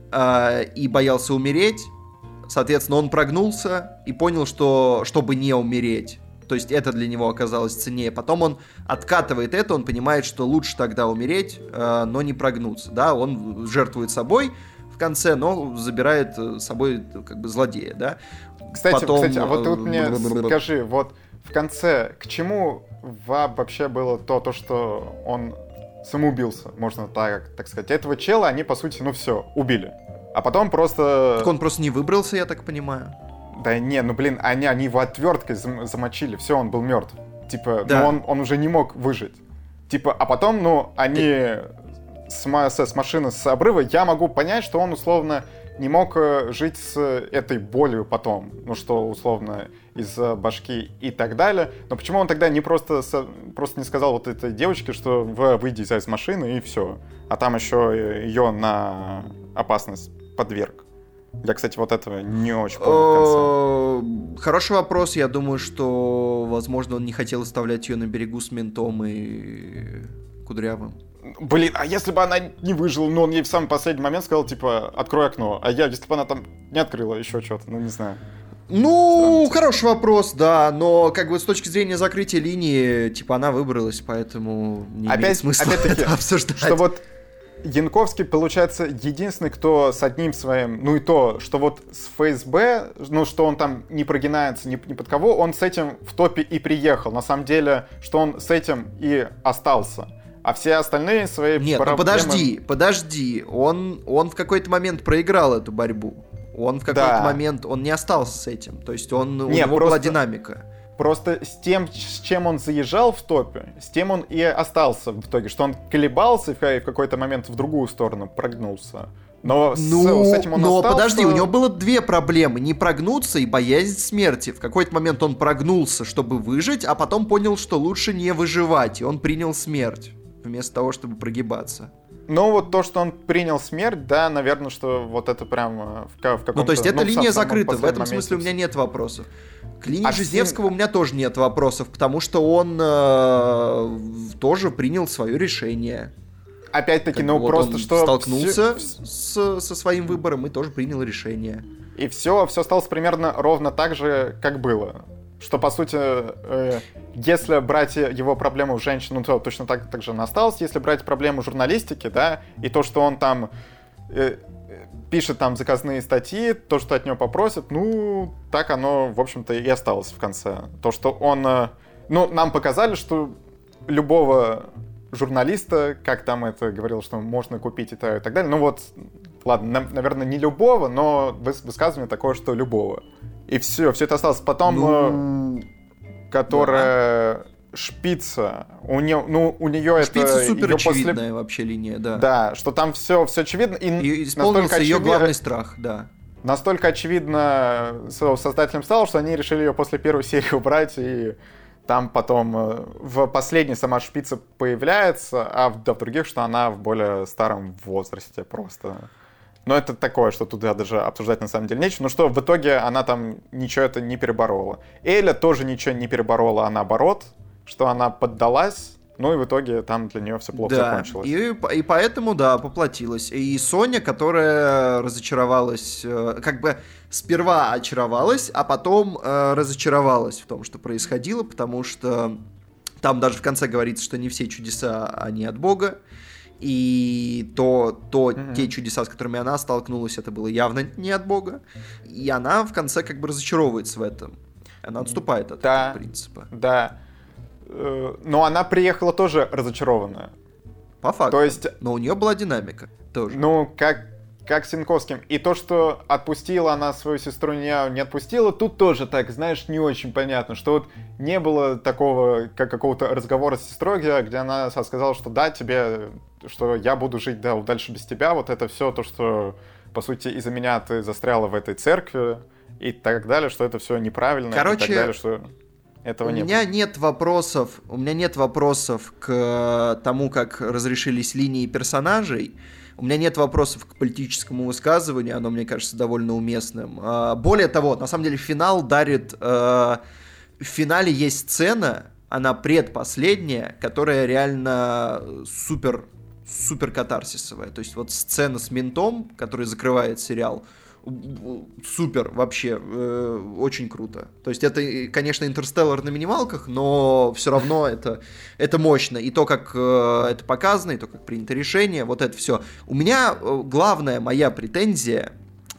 э, и боялся умереть. Соответственно, он прогнулся и понял, что чтобы не умереть, то есть это для него оказалось ценнее. Потом он откатывает это, он понимает, что лучше тогда умереть, э, но не прогнуться. Да? Он жертвует собой в конце, но забирает с собой как бы злодея. Да? Кстати, Потом... кстати, а вот ты вот мне скажи, вот в конце к чему вообще было то, то, что он самоубился, можно так, так сказать. Этого чела они, по сути, ну все, убили. А потом просто... Так он просто не выбрался, я так понимаю. Да не, ну блин, они, они его отверткой замочили, все, он был мертв. Типа, да. ну он, он уже не мог выжить. Типа, а потом, ну, они Ты... с, с, с машины, с обрыва, я могу понять, что он условно не мог жить с этой болью потом. Ну что, условно, из башки и так далее. Но почему он тогда не просто, просто не сказал вот этой девочке, что вы выйдете из машины и все. А там еще ее на опасность подверг. Я, кстати, вот этого не очень помню в конце. Хороший вопрос. Я думаю, что, возможно, он не хотел оставлять ее на берегу с ментом и Кудрявым. Блин, а если бы она не выжила, ну, он ей в самый последний момент сказал, типа, открой окно. А я, если бы она там не открыла еще что-то, ну, не знаю. Ну, странно. Хороший вопрос, да, но как бы с точки зрения закрытия линии, типа, она выбралась, поэтому не Опять, имеет смысла опять-таки, это обсуждать. Что вот Янковский, получается, единственный, кто с одним своим, ну и то, что вот с ФСБ, ну что он там не прогинается ни, ни под кого, он с этим в топе и приехал. На самом деле, что он с этим и остался. А все остальные свои Нет, проблемы... ну подожди, подожди, он, он в какой-то момент проиграл эту борьбу. Он в какой-то да. момент, он не остался с этим. То есть он, у не, него просто... была динамика. Просто с тем, с чем он заезжал в топе, с тем он и остался в итоге, что он колебался и в какой-то момент в другую сторону прогнулся. Но ну, с, с этим он но остался... подожди, у него было две проблемы. Не прогнуться и боязнь смерти. В какой-то момент он прогнулся, чтобы выжить, а потом понял, что лучше не выживать, и он принял смерть вместо того, чтобы прогибаться. Ну, вот то, что он принял смерть, да, наверное, что вот это прям в, в каком-то... Ну, то есть эта ну, линия сам, закрыта, в этом моменте... смысле у меня нет вопросов. К линии а Жизневского всем... у меня тоже нет вопросов, потому что он э, тоже принял свое решение. Опять-таки, как ну, вот просто он что... столкнулся все... с, со своим выбором и тоже принял решение. И все, все осталось примерно ровно так же, как было. Что, по сути, э, если брать его проблему женщину, то точно так, так же она осталась. Если брать проблему журналистики, да, и то, что он там э, пишет там заказные статьи, то, что от него попросят, ну, так оно, в общем-то, и осталось в конце. То, что он... Э, ну, нам показали, что любого журналиста, как там это говорил, что можно купить и так, и так далее, ну вот, ладно, на, наверное, не любого, но высказывание такое, что любого. И все, все это осталось. Потом, ну, которая да. Шпица, у нее, ну, у нее Шпица это... Шпица супер очевидная после... вообще линия, да. Да, что там все, все очевидно. И исполнился ее очевидно... главный страх, да. настолько очевидно создателям стало, что они решили ее после первой серии убрать, и там потом в последней сама шпица появляется, а в, да, в других, что она в более старом возрасте просто. Но это такое, что тут даже обсуждать на самом деле нечего. Ну что, в итоге она там ничего это не переборола. Эля тоже ничего не переборола, а наоборот, что она поддалась. Ну и в итоге там для нее все плохо да, закончилось. И, и поэтому, да, поплатилась. И Соня, которая разочаровалась, как бы сперва очаровалась, а потом э, разочаровалась в том, что происходило, потому что там даже в конце говорится, что не все чудеса, они от Бога. И то, то mm-hmm. те чудеса, с которыми она столкнулась, это было явно не от Бога. И она в конце как бы разочаровывается в этом. Она отступает от да, этого принципа. Да. Но она приехала тоже разочарованная. По факту. То есть... Но у нее была динамика тоже. Ну, как, как с Янковским. И то, что отпустила она свою сестру, не, не отпустила, тут тоже так, знаешь, не очень понятно. Что вот не было такого, как какого-то разговора с сестрой, где, где она сказала, что да, тебе, что я буду жить да, дальше без тебя. Вот это все то, что, по сути, из-за меня ты застряла в этой церкви и так далее, что это все неправильно. Короче... И так далее, что... Этого у не меня было. нет вопросов, у меня нет вопросов к тому, как разрешились линии персонажей. У меня нет вопросов к политическому высказыванию, оно, мне кажется, довольно уместным. Более того, на самом деле, финал дарит... В финале есть сцена, она предпоследняя, которая реально супер, супер катарсисовая. То есть вот сцена с ментом, который закрывает сериал, супер, вообще, э, очень круто. То есть это, конечно, Интерстеллар на минималках, но все равно это, это мощно. И то, как э, это показано, и то, как принято решение, вот это все. У меня э, главная моя претензия,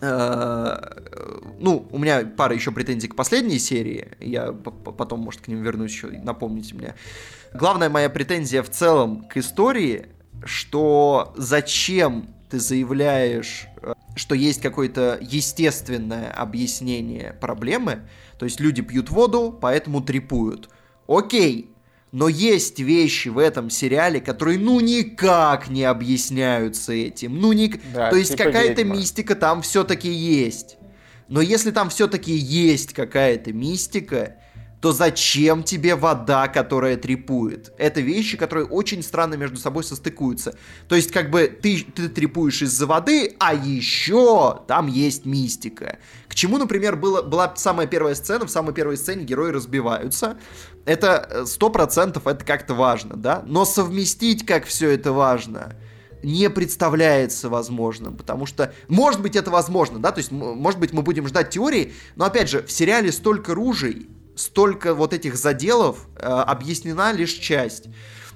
э, ну, у меня пара еще претензий к последней серии, я потом, может, к ним вернусь еще, напомните мне. Главная моя претензия в целом к истории, что зачем ты заявляешь, что есть какое-то естественное объяснение проблемы, то есть люди пьют воду, поэтому трипуют. Окей, но есть вещи в этом сериале, которые ну никак не объясняются этим. Ну, ни... да, то есть типа какая-то ведьма. мистика там все-таки есть. Но если там все-таки есть какая-то мистика, то зачем тебе вода, которая трипует? Это вещи, которые очень странно между собой состыкуются. То есть, как бы, ты, ты трипуешь из-за воды, а еще там есть мистика. К чему, например, было, была самая первая сцена, в самой первой сцене герои разбиваются. Это сто процентов это как-то важно, да? Но совместить, как все это важно, не представляется возможным, потому что, может быть, это возможно, да? То есть, может быть, мы будем ждать теории, но, опять же, в сериале столько ружей, столько вот этих заделов, э, объяснена лишь часть.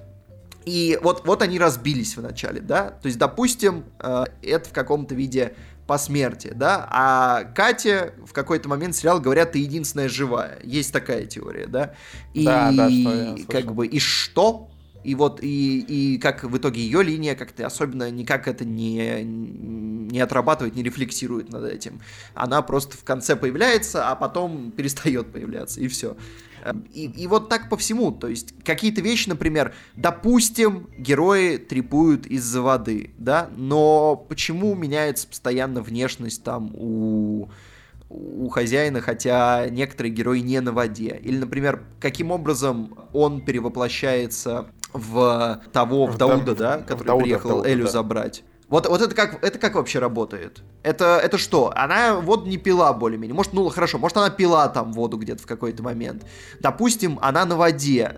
И вот, вот они разбились вначале, да, то есть, допустим, э, это в каком-то виде посмертие, да, а Кате в какой-то момент сериал говорят, ты единственная живая, есть такая теория, да, и да, да, что я как бы, и что? И вот, и, и как в итоге ее линия как-то особенно никак это не, не отрабатывает, не рефлексирует над этим. Она просто в конце появляется, а потом перестает появляться, и все. И, и вот так по всему. То есть какие-то вещи, например, допустим, герои трипуют из-за воды, да, но почему меняется постоянно внешность там у... у хозяина, хотя некоторые герои не на воде. Или, например, каким образом он перевоплощается в того, в, в Дауда, да, который Дауда, приехал Дауда, Элю да. забрать. Вот, вот это, как, это как вообще работает? Это, это что? Она воду не пила более-менее. Может, ну хорошо, может она пила там воду где-то в какой-то момент. Допустим, она на воде.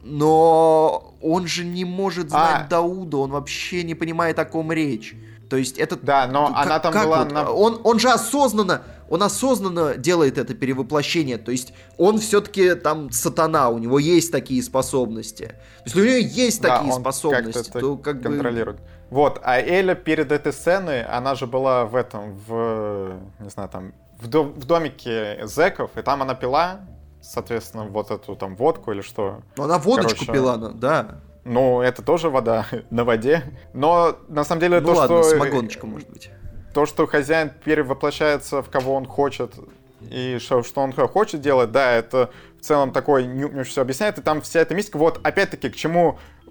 Но он же не может знать а... Дауда, он вообще не понимает, о ком речь. То есть это... Да, но как, она там была... Вот? На... Он, он же осознанно, он осознанно делает это перевоплощение. То есть он все-таки там сатана, у него есть такие способности. Если у него есть да, такие способности, то как бы... контролирует. Вот, а Эля перед этой сценой, она же была в этом, в, не знаю, там, в, до, в домике зэков, и там она пила, соответственно, вот эту там водку или что. Ну, она водочку Короче, пила, да. Ну, это тоже вода на воде. Но, на самом деле, ну, то, ладно, что... самогоночка, может быть. То, что хозяин перевоплощается в кого он хочет, и что, что он хочет делать, да, это в целом такой не, не очень все объясняет. И там вся эта мистика, вот, опять-таки, к чему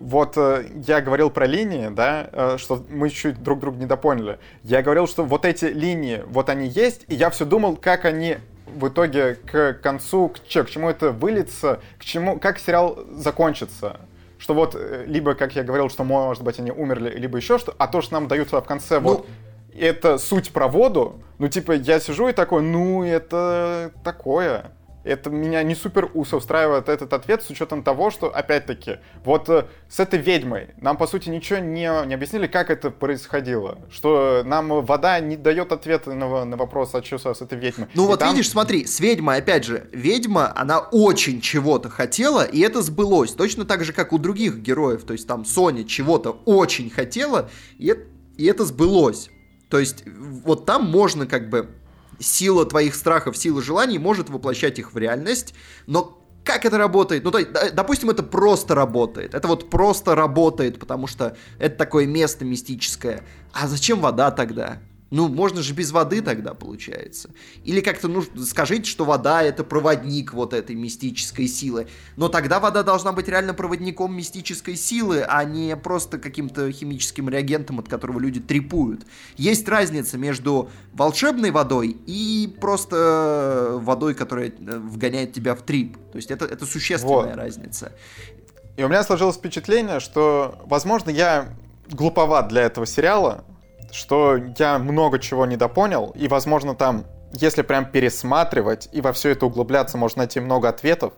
вот э, я говорил про линии, да, э, что мы чуть друг друга недопоняли. Я говорил, что вот эти линии, вот они есть, и я все думал, как они в итоге к концу, к, к чему это выльется, к чему, как сериал закончится. Что вот, либо, как я говорил, что, может быть, они умерли, либо еще что, а то, что нам дают в конце, ну, вот, это суть про воду, ну, типа, я сижу и такой, ну, это такое. Это меня не супер устраивает этот ответ с учетом того, что, опять-таки, вот э, с этой ведьмой нам, по сути, ничего не, не объяснили, как это происходило. Что нам вода не дает ответа на, на вопрос, а что с этой ведьмой. Ну и вот там... видишь, смотри, с ведьмой, опять же, ведьма, она очень чего-то хотела, и это сбылось. Точно так же, как у других героев. То есть там Соня чего-то очень хотела, и это, и это сбылось. То есть вот там можно как бы... Сила твоих страхов, сила желаний может воплощать их в реальность, но как это работает? Ну, то есть, допустим, это просто работает. Это вот просто работает, потому что это такое место мистическое. А зачем вода тогда? Ну, можно же без воды тогда, получается. Или как-то, ну, скажите, что вода — это проводник вот этой мистической силы. Но тогда вода должна быть реально проводником мистической силы, а не просто каким-то химическим реагентом, от которого люди трипуют. Есть разница между волшебной водой и просто водой, которая вгоняет тебя в трип. То есть это, это существенная вот. разница. И у меня сложилось впечатление, что, возможно, я глуповат для этого сериала, что я много чего недопонял, и, возможно, там, если прям пересматривать и во все это углубляться, можно найти много ответов,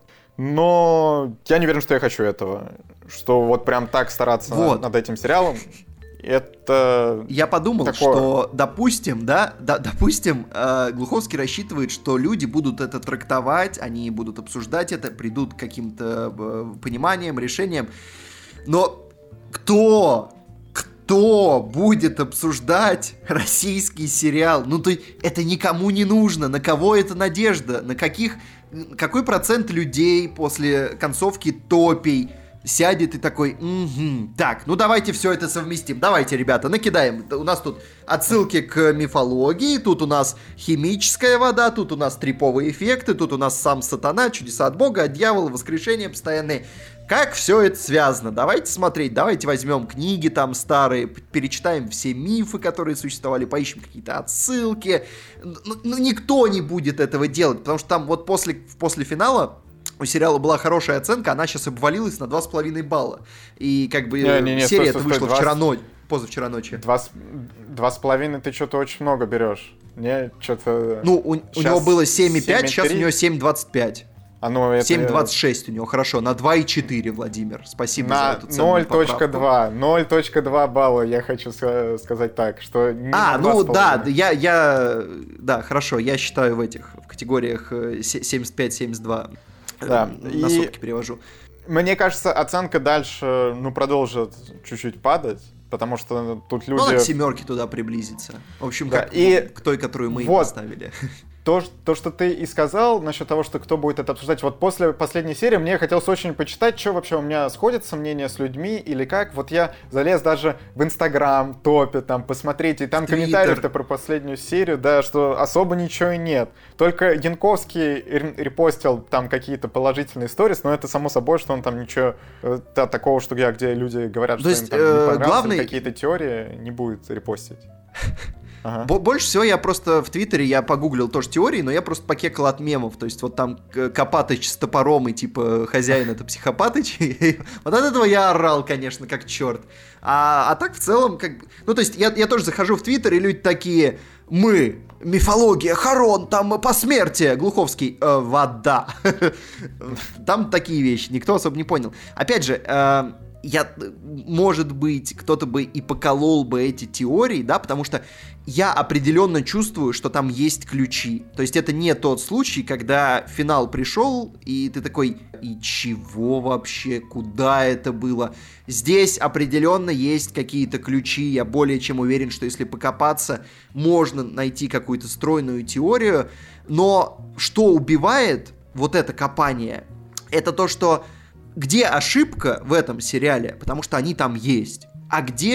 но я не уверен, что я хочу этого, что вот прям так стараться вот. над этим сериалом, это... Я подумал, такое... что, допустим, да, да допустим, э, Глуховский рассчитывает, что люди будут это трактовать, они будут обсуждать это, придут к каким-то э, пониманиям, решениям, но кто... Кто будет обсуждать российский сериал? Ну, то это никому не нужно. На кого это надежда? На каких... Какой процент людей после концовки топий сядет и такой, угу, так, ну давайте все это совместим. Давайте, ребята, накидаем. У нас тут отсылки к мифологии, тут у нас химическая вода, тут у нас триповые эффекты, тут у нас сам сатана, чудеса от бога, от дьявола, воскрешение постоянные. Как все это связано? Давайте смотреть, давайте возьмем книги там старые, перечитаем все мифы, которые существовали, поищем какие-то отсылки. Ну, ну никто не будет этого делать, потому что там вот после, после финала у сериала была хорошая оценка, она сейчас обвалилась на два с половиной балла. И как бы не, не, не, серия эта вышла стой, вчера ночью, позавчера ночью. Два с половиной ты что-то очень много берешь. Не, что-то... Ну, у, у него было семь и пять, сейчас у него семь двадцать пять. А ну, это... семь двадцать шесть у него, хорошо, на два и четыре, Владимир, спасибо на за эту ценную поправку. ноль целых два, ноль целых два балла, я хочу сказать так, что... Не а, ну да, я, я, да, хорошо, я считаю в этих, в категориях семьдесят пять семьдесят два, да. на и сотки перевожу. Мне кажется, оценка дальше, ну, продолжит чуть-чуть падать, потому что тут люди... Ну, она к семерке туда приблизится, в общем, да. как и... к той, которую мы вот. и поставили. То, то, что ты и сказал насчет того, что кто будет это обсуждать, вот после последней серии мне хотелось очень почитать, что вообще у меня сходятся мнения с людьми или как. Вот я залез даже в Инстаграм, топе, там, посмотреть, и там комментариев-то про последнюю серию, да, что особо ничего и нет. Только Янковский репостил там какие-то положительные сторис, но это само собой, что он там ничего да, такого, что я, где люди говорят, что им там не понравилось, главный... какие-то теории, не будет репостить. Ага. Больше всего я просто в Твиттере, я погуглил тоже теории, но я просто покекал от мемов. То есть вот там Копатыч с топором и типа хозяин это Психопатыч. Вот от этого я орал, конечно, как черт. А, а так в целом, как ну то есть я, я тоже захожу в Твиттер, и люди такие, мы, мифология, Харон, там посмертие, Глуховский, э, вода. Там такие вещи, никто особо не понял. Опять же, э, я, может быть, кто-то бы и поколол бы эти теории, да, потому что я определенно чувствую, что там есть ключи. То есть это не тот случай, когда финал пришел, и ты такой, и чего вообще, куда это было? Здесь определенно есть какие-то ключи, я более чем уверен, что если покопаться, можно найти какую-то стройную теорию, но что убивает вот это копание, это то, что где ошибка в этом сериале, потому что они там есть, а где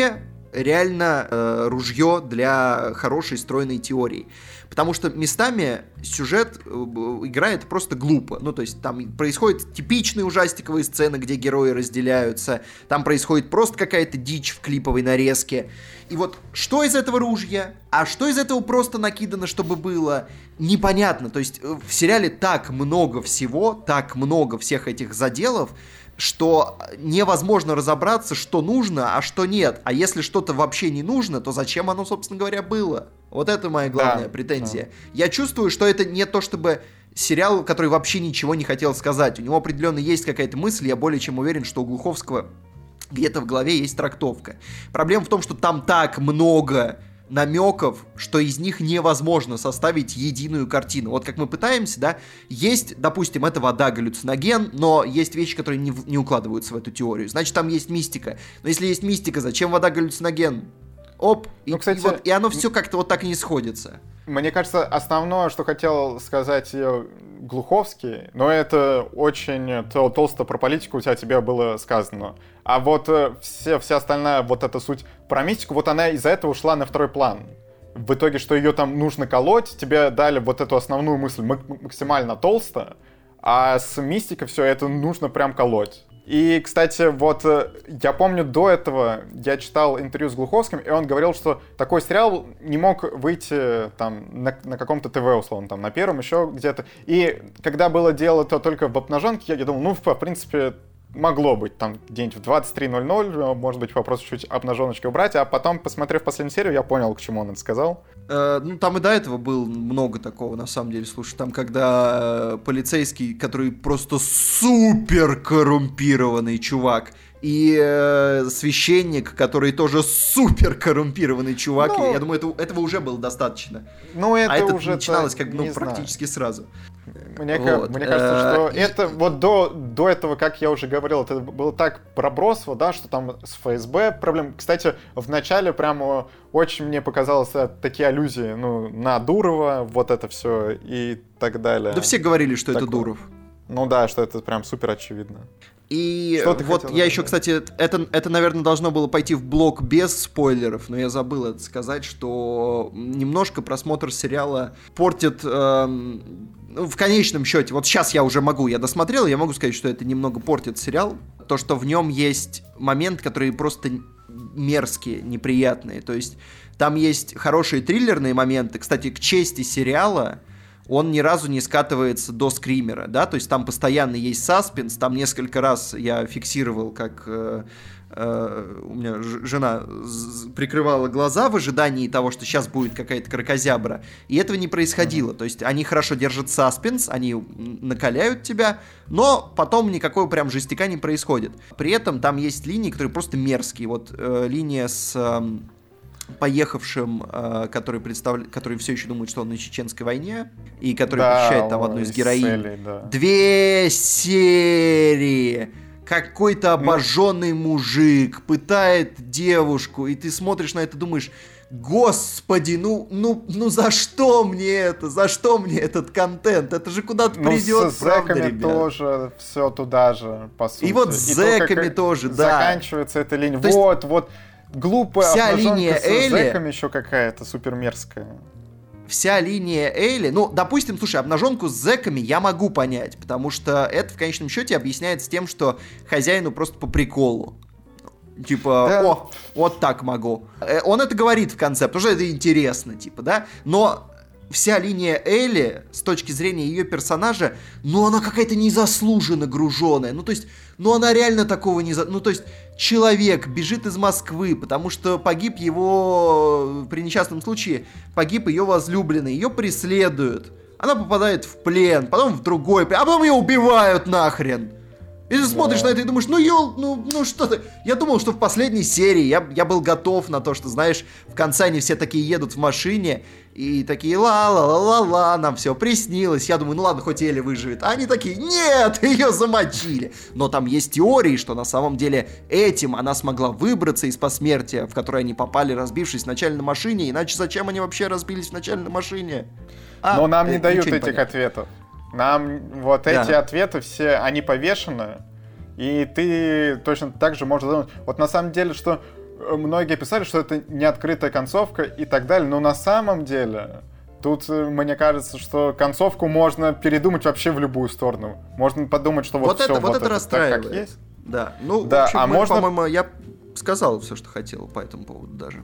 реально э, ружье для хорошей стройной теории. Потому что местами сюжет э, играет просто глупо. Ну, то есть там происходят типичные ужастиковые сцены, где герои разделяются. Там происходит просто какая-то дичь в клиповой нарезке. И вот что из этого ружья, а что из этого просто накидано, чтобы было, непонятно. То есть в сериале так много всего, так много всех этих заделов, что невозможно разобраться, что нужно, а что нет. А если что-то вообще не нужно, то зачем оно, собственно говоря, было? Вот это моя главная да, претензия. Да. Я чувствую, что это не то чтобы сериал, который вообще ничего не хотел сказать. У него определенно есть какая-то мысль, я более чем уверен, что у Глуховского где-то в голове есть трактовка. Проблема в том, что там так много намеков, что из них невозможно составить единую картину. Вот как мы пытаемся, да, есть, допустим, это вода, галлюциноген, но есть вещи, которые не, не укладываются в эту теорию. Значит, там есть мистика. Но если есть мистика, зачем вода, галлюциноген? Оп, ну, и, кстати, и, вот, и оно все как-то вот так и не сходится. Мне кажется, основное, что хотел сказать Глуховский, но это очень тол- толсто про политику у тебя тебе было сказано. А вот все, вся остальная вот эта суть про мистику, вот она из-за этого ушла на второй план. В итоге, что ее там нужно колоть, тебе дали вот эту основную мысль максимально толсто, а с мистикой все это нужно прям колоть. И, кстати, вот я помню, до этого я читал интервью с Глуховским, и он говорил, что такой сериал не мог выйти там на, на каком-то ТВ, условно, там на Первом, еще где-то. И когда было дело то только в обнаженке, я, я думал, ну, в принципе, могло быть там где-нибудь в двадцать три ноль ноль, может быть, вопрос чуть обнаженочки убрать, а потом, посмотрев последнюю серию, я понял, к чему он это сказал. Э, ну, там и до этого было много такого, на самом деле, слушай, там, когда э, полицейский, который просто супер коррумпированный чувак, и э, священник, который тоже супер коррумпированный чувак, ну, я думаю, это, этого уже было достаточно. Ну, это а это уже начиналось как ну, практически сразу. Мне, вот. мне кажется, что и... это вот до, до этого, как я уже говорил, это было так пробросово, да, что там с эф эс бэ проблем. Кстати, в начале прямо очень мне показалось такие аллюзии, ну, на Дурова, вот это все и так далее. Да все говорили, что так, это Дуров. Ну да, что это прям супер очевидно. И вот я еще, кстати, это, это, наверное, должно было пойти в блок без спойлеров, но я забыл это сказать, что немножко просмотр сериала портит, э, ну, в конечном счете, вот сейчас я уже могу, я досмотрел, я могу сказать, что это немного портит сериал, то, что в нем есть моменты, которые просто мерзкие, неприятные, то есть там есть хорошие триллерные моменты, кстати, к чести сериала, он ни разу не скатывается до скримера, да, то есть там постоянно есть саспенс, там несколько раз я фиксировал, как э, э, у меня ж- жена з- прикрывала глаза в ожидании того, что сейчас будет какая-то кракозябра, и этого не происходило, то есть они хорошо держат саспенс, они накаляют тебя, но потом никакого прям жестяка не происходит. При этом там есть линии, которые просто мерзкие, вот э, линия с... Э, поехавшим, э, который, представля... который все еще думает, что он на чеченской войне, и который да, похищает там одну из героинь. Цели, да. Две серии! Какой-то обожженный мужик пытает девушку, и ты смотришь на это и думаешь, господи, ну, ну, ну за что мне это? За что мне этот контент? Это же куда-то ну, придет, с зэками тоже все туда же, по сути. И вот с зэками тоже, да. Заканчивается эта линия. То вот, есть... вот. Глупая вся линия с Элли, зэками еще какая-то супер мерзкая. Вся линия Элли, ну, допустим, слушай, обнаженку с зэками я могу понять, потому что это в конечном счете объясняется тем, что хозяину просто по приколу. Типа, да. О, вот так могу. Он это говорит в конце, потому что это интересно, типа, да, но... Вся линия Элли, с точки зрения ее персонажа, ну, она какая-то незаслуженно груженая. Ну, то есть, ну, она реально такого не... За... Ну, то есть, человек бежит из Москвы, потому что погиб его... При несчастном случае погиб ее возлюбленный. Ее преследуют. Она попадает в плен, потом в другой плен, а потом ее убивают нахрен. И ты смотришь на это и думаешь, ну, ел, ну, ну что ты... Я думал, что в последней серии я, я был готов на то, что, знаешь, в конце они все такие едут в машине, и такие ла-ла-ла-ла-ла, нам все приснилось. Я думаю, ну ладно, хоть Элли выживет. А они такие, нет, ее замочили. Но там есть теории, что на самом деле этим она смогла выбраться из посмертия, в которое они попали, разбившись вначале на машине. Иначе зачем они вообще разбились вначале на машине? А, Но нам не дают этих понятно. ответов. Нам вот да. эти ответы все, они повешены, и ты точно так же можешь задумать. Вот на самом деле, что многие писали, что это не открытая концовка и так далее, но на самом деле тут мне кажется, что концовку можно передумать вообще в любую сторону. Можно подумать, что вот, вот все это, вот, вот это, это расстраивает. Так, как есть. Да, ну, да, в общем, а мы, можно... по-моему, я сказал все, что хотел по этому поводу даже.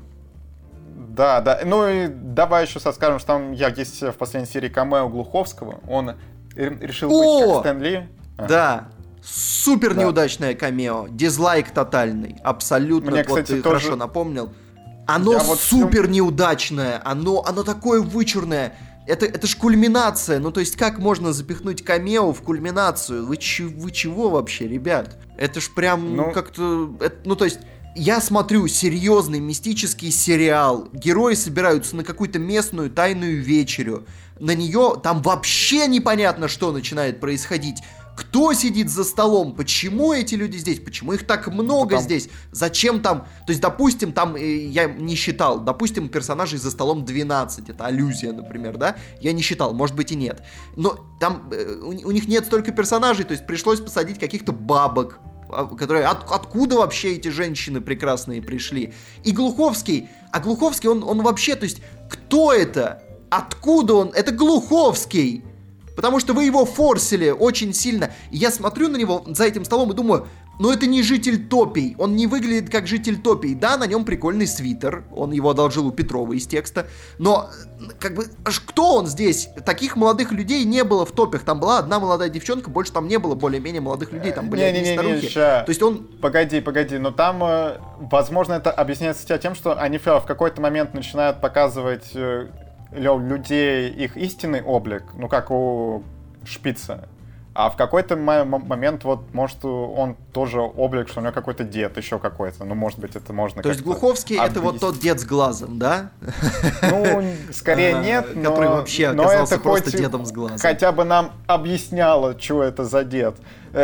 Да, да. Ну и давай еще скажем, что там я есть в последней серии камео Глуховского. Он решил О! быть как Стэн Ли. Да. Супер Да. неудачное камео. Дизлайк тотальный. Абсолютно. Мне, вот кстати, ты тоже... хорошо напомнил. Оно Я вот супер всё- неудачное. Оно, оно такое вычурное. Это, это ж кульминация. Ну, то есть, как можно запихнуть камео в кульминацию? Вы, ч- вы чего вообще, ребят? Это ж прям ну, Ну- как-то... это- ну, то есть... Я смотрю серьезный мистический сериал. Герои собираются на какую-то местную тайную вечерю. На нее там вообще непонятно, что начинает происходить. Кто сидит за столом? Почему эти люди здесь? Почему их так много Там- здесь? Зачем там? То есть, допустим, там, э, я не считал, допустим, персонажей за столом двенадцать. Это аллюзия, например, да? Я не считал, может быть и нет. Но там э, у, у них нет столько персонажей, то есть пришлось посадить каких-то бабок, которые, от, откуда вообще эти женщины прекрасные пришли. И Глуховский, а Глуховский, он, он вообще, то есть, кто это? Откуда он? Это Глуховский! Потому что вы его форсили очень сильно. И я смотрю на него за этим столом и думаю, ну это не житель Топий, он не выглядит как житель Топий. Да, на нем прикольный свитер, он его одолжил у Петрова из текста. Но, как бы, аж кто он здесь? Таких молодых людей не было в Топях. Там была одна молодая девчонка, больше там не было более-менее молодых людей. Там были одни старухи. То есть он... Погоди, погоди, но там, э, возможно, это объясняется тем, что они в какой-то момент начинают показывать э, людей их истинный облик, ну как у Шпица. А в какой-то м- момент, вот, может, он тоже облик, что у него какой-то дед, еще какой-то. Ну, может быть, это можно То есть Глуховский это вот тот дед с глазом, да? Ну, скорее нет, но... Который вообще но оказался это просто хоть дедом с глазом. хотя бы нам объясняло, что это за дед.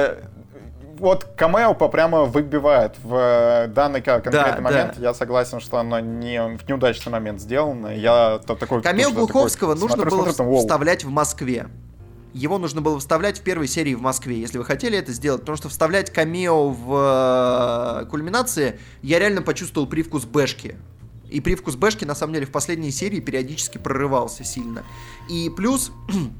Вот камео прямо выбивает в данный конкретный Да, момент. да. Я согласен, что оно не в неудачный момент сделано. Я то такой... Камео что Глуховского такой, нужно смотрю, было смотрю, там, «Воу». вставлять в Москве. Его нужно было вставлять в первой серии в Москве, если вы хотели это сделать. Потому что вставлять камео в э, кульминации, я реально почувствовал привкус бэшки. И привкус бэшки, на самом деле, в последней серии периодически прорывался сильно. И плюс...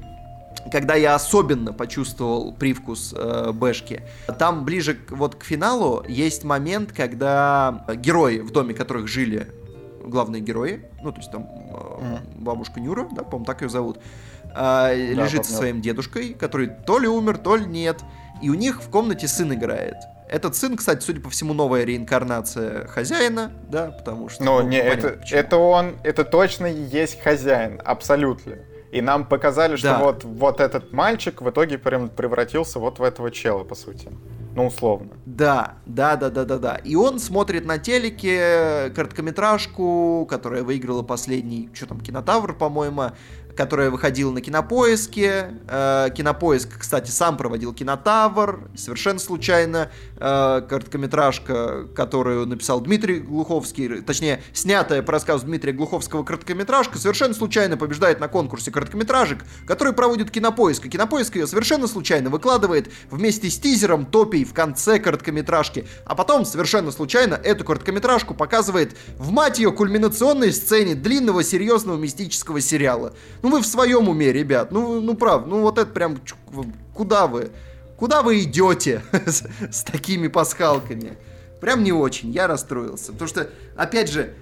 когда я особенно почувствовал привкус э, бэшки, там ближе к, вот к финалу есть момент, когда герои, в доме которых жили главные герои, ну, то есть там э, mm. бабушка Нюра, да, по-моему, так ее зовут, э, да, лежит со своим дедушкой, который то ли умер, то ли нет, и у них в комнате сын играет. Этот сын, кстати, судя по всему, новая реинкарнация хозяина, да, потому что... Ну, ну не, это, это он, это точно есть хозяин, абсолютно. И нам показали, что да. вот, вот этот мальчик в итоге прям превратился вот в этого чела, по сути. Ну, условно. Да, да, да, да, да, да. И он смотрит на телеке короткометражку, которая выиграла последний, что там, Кинотавр, по-моему, которая выходила на Кинопоиске. Э, Кинопоиск, кстати, сам проводил Кинотавр, совершенно случайно. Э, короткометражка, которую написал Дмитрий Глуховский, точнее, снятая по рассказу Дмитрия Глуховского короткометражка, совершенно случайно побеждает на конкурсе короткометражек, который проводит Кинопоиск. И Кинопоиск ее совершенно случайно выкладывает вместе с тизером Топий в конце короткометражки. А потом, совершенно случайно, эту короткометражку показывает в, мать ее, кульминационной сцене длинного, серьезного, мистического сериала. Ну вы в своем уме, ребят, ну, ну правда, ну вот это прям, куда вы, куда вы идете с, с такими пасхалками? Прям не очень, я расстроился, потому что, опять же,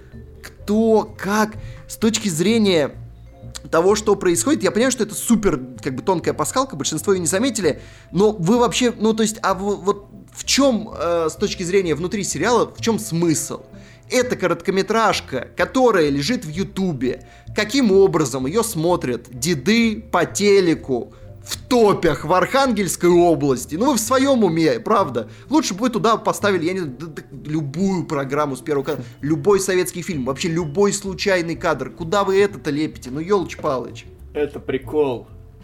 кто, как, с точки зрения того, что происходит, я понимаю, что это супер, как бы, тонкая пасхалка, большинство ее не заметили, но вы вообще, ну то есть, а в, вот в чем, э, с точки зрения внутри сериала, в чем смысл? Это короткометражка, которая лежит в Ютубе. Каким образом ее смотрят деды по телеку в Топях, в Архангельской области? Ну вы в своем уме, правда? Лучше бы вы туда поставили, я не знаю, любую программу с первого канала, любой советский фильм, вообще любой случайный кадр. Куда вы это-то лепите? Ну елыч-палыч. Это прикол.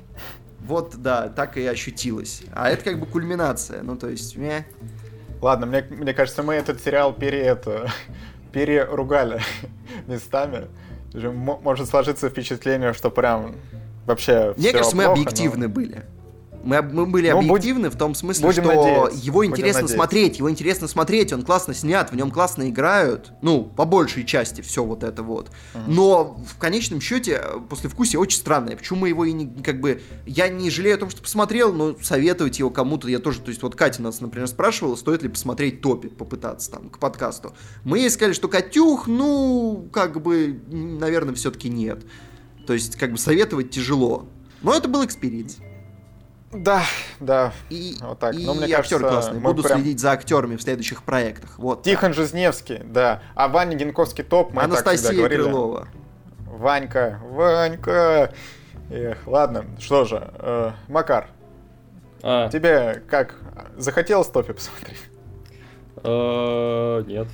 Вот, да, так и ощутилось. А это как бы кульминация, ну то есть... Мeh. Ладно, мне, мне кажется, мы этот сериал пере, это, переругали местами. Может сложиться впечатление, что прям вообще Мне все кажется, мы плохо, объективны но... были. Мы, мы были Ну, объективны в том смысле, будем что надеяться, его будем интересно надеяться. смотреть, его интересно смотреть, он классно снят, в нем классно играют, ну, по большей части все вот это вот. Uh-huh. Но в конечном счете послевкусие очень странное. Почему мы его и не, как бы, я не жалею о том, что посмотрел, но советовать его кому-то я тоже, то есть вот Катя нас, например, спрашивала, стоит ли посмотреть Топик, попытаться там к подкасту. Мы ей сказали, что Катюх, ну, как бы, наверное, все-таки нет. То есть, как бы, советовать тяжело. Но это был экспириенс. Да, да. И, вот так. и Но, мне актер кажется, классный. мы Буду прям... следить за актерами в следующих проектах. Вот. Тихон Жизневский, да. А Ваня Генковский топ, мы Анастасия так всегда говорили. Крылова. Ванька, Ванька. Эх, ладно, что же, э, Макар, А, тебе как, захотелось Топи посмотреть? э, нет.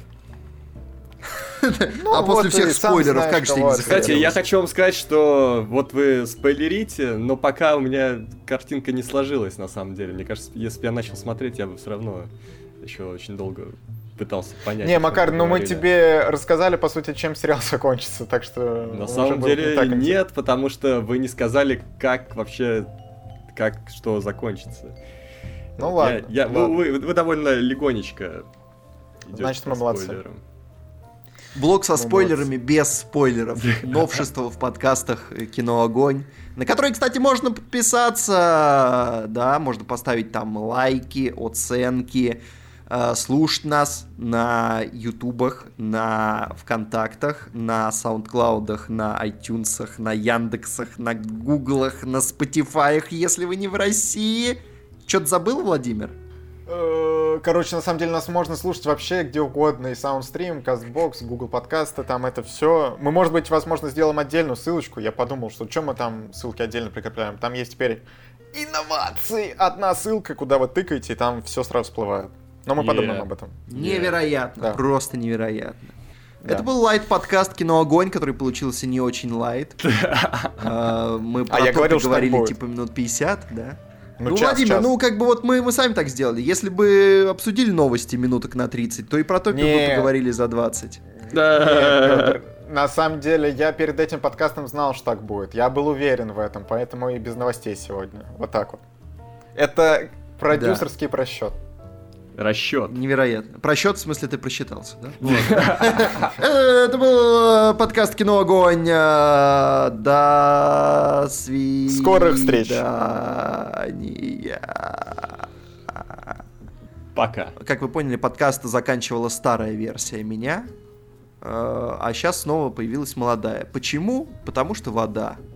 Ну, А после вот всех ты сам спойлеров, знаешь, как же тебе кого не это. Кстати, захотелось? я хочу вам сказать, что вот вы спойлерите, но пока у меня картинка не сложилась, на самом деле. Мне кажется, если бы я начал смотреть, я бы все равно еще очень долго пытался понять. Не, о чем Макар, вы ну мы говорили. тебе рассказали, по сути, чем сериал закончится, так что... На уже самом было не деле так интересно. нет, потому что вы не сказали, как вообще, как что закончится. Ну Я- ладно, я- вы- ладно. Вы, вы довольно легонечко идете Значит, по мы молодцы. спойлерам. Блог со Ну, спойлерами без спойлеров. Новшество в подкастах «Кино Огонь», на который, кстати, можно подписаться. Да, можно поставить там лайки, оценки, э, слушать нас на ютубах, на ВКонтактах, на Саундклаудах, на iTunesах, на Яндексах, на Гуглах, на Спотифаях, если вы не в России. Что-то забыл, Владимир? Э, Короче, на самом деле нас можно слушать вообще где угодно. И Soundstream, CastBox, Google подкасты, там это все. Мы, может быть, возможно, сделаем отдельную ссылочку. Я подумал, что что мы там ссылки отдельно прикрепляем. Там есть теперь инновации. Одна ссылка, куда вы тыкаете, и там все сразу всплывает. Но мы Yeah. подумаем об этом. Невероятно, Да. просто невероятно. Да. Это был лайт-подкаст «Кино Огонь», который получился не очень лайт. А, Мы про я то говорил, что так говорили будет. типа минут пятьдесят, да? Ну, Ну, час, Владимир, час. ну как бы вот мы, мы сами так сделали. Если бы обсудили новости минуток на тридцать, то и про топик бы Не. поговорили за двадцать. Нет, Пётр, на самом деле, я перед этим подкастом знал, что так будет. Я был уверен в этом, поэтому и без новостей сегодня. Вот так вот. Это продюсерский просчет. Расчет. Невероятно. Просчет, в смысле, ты просчитался, да? Вот. Это был э, подкаст «Кино Огонь». Э, До свидания. Скорых встреч. Пока. Как вы поняли, подкаст заканчивала старая версия меня, э, а сейчас снова появилась молодая. Почему? Потому что вода.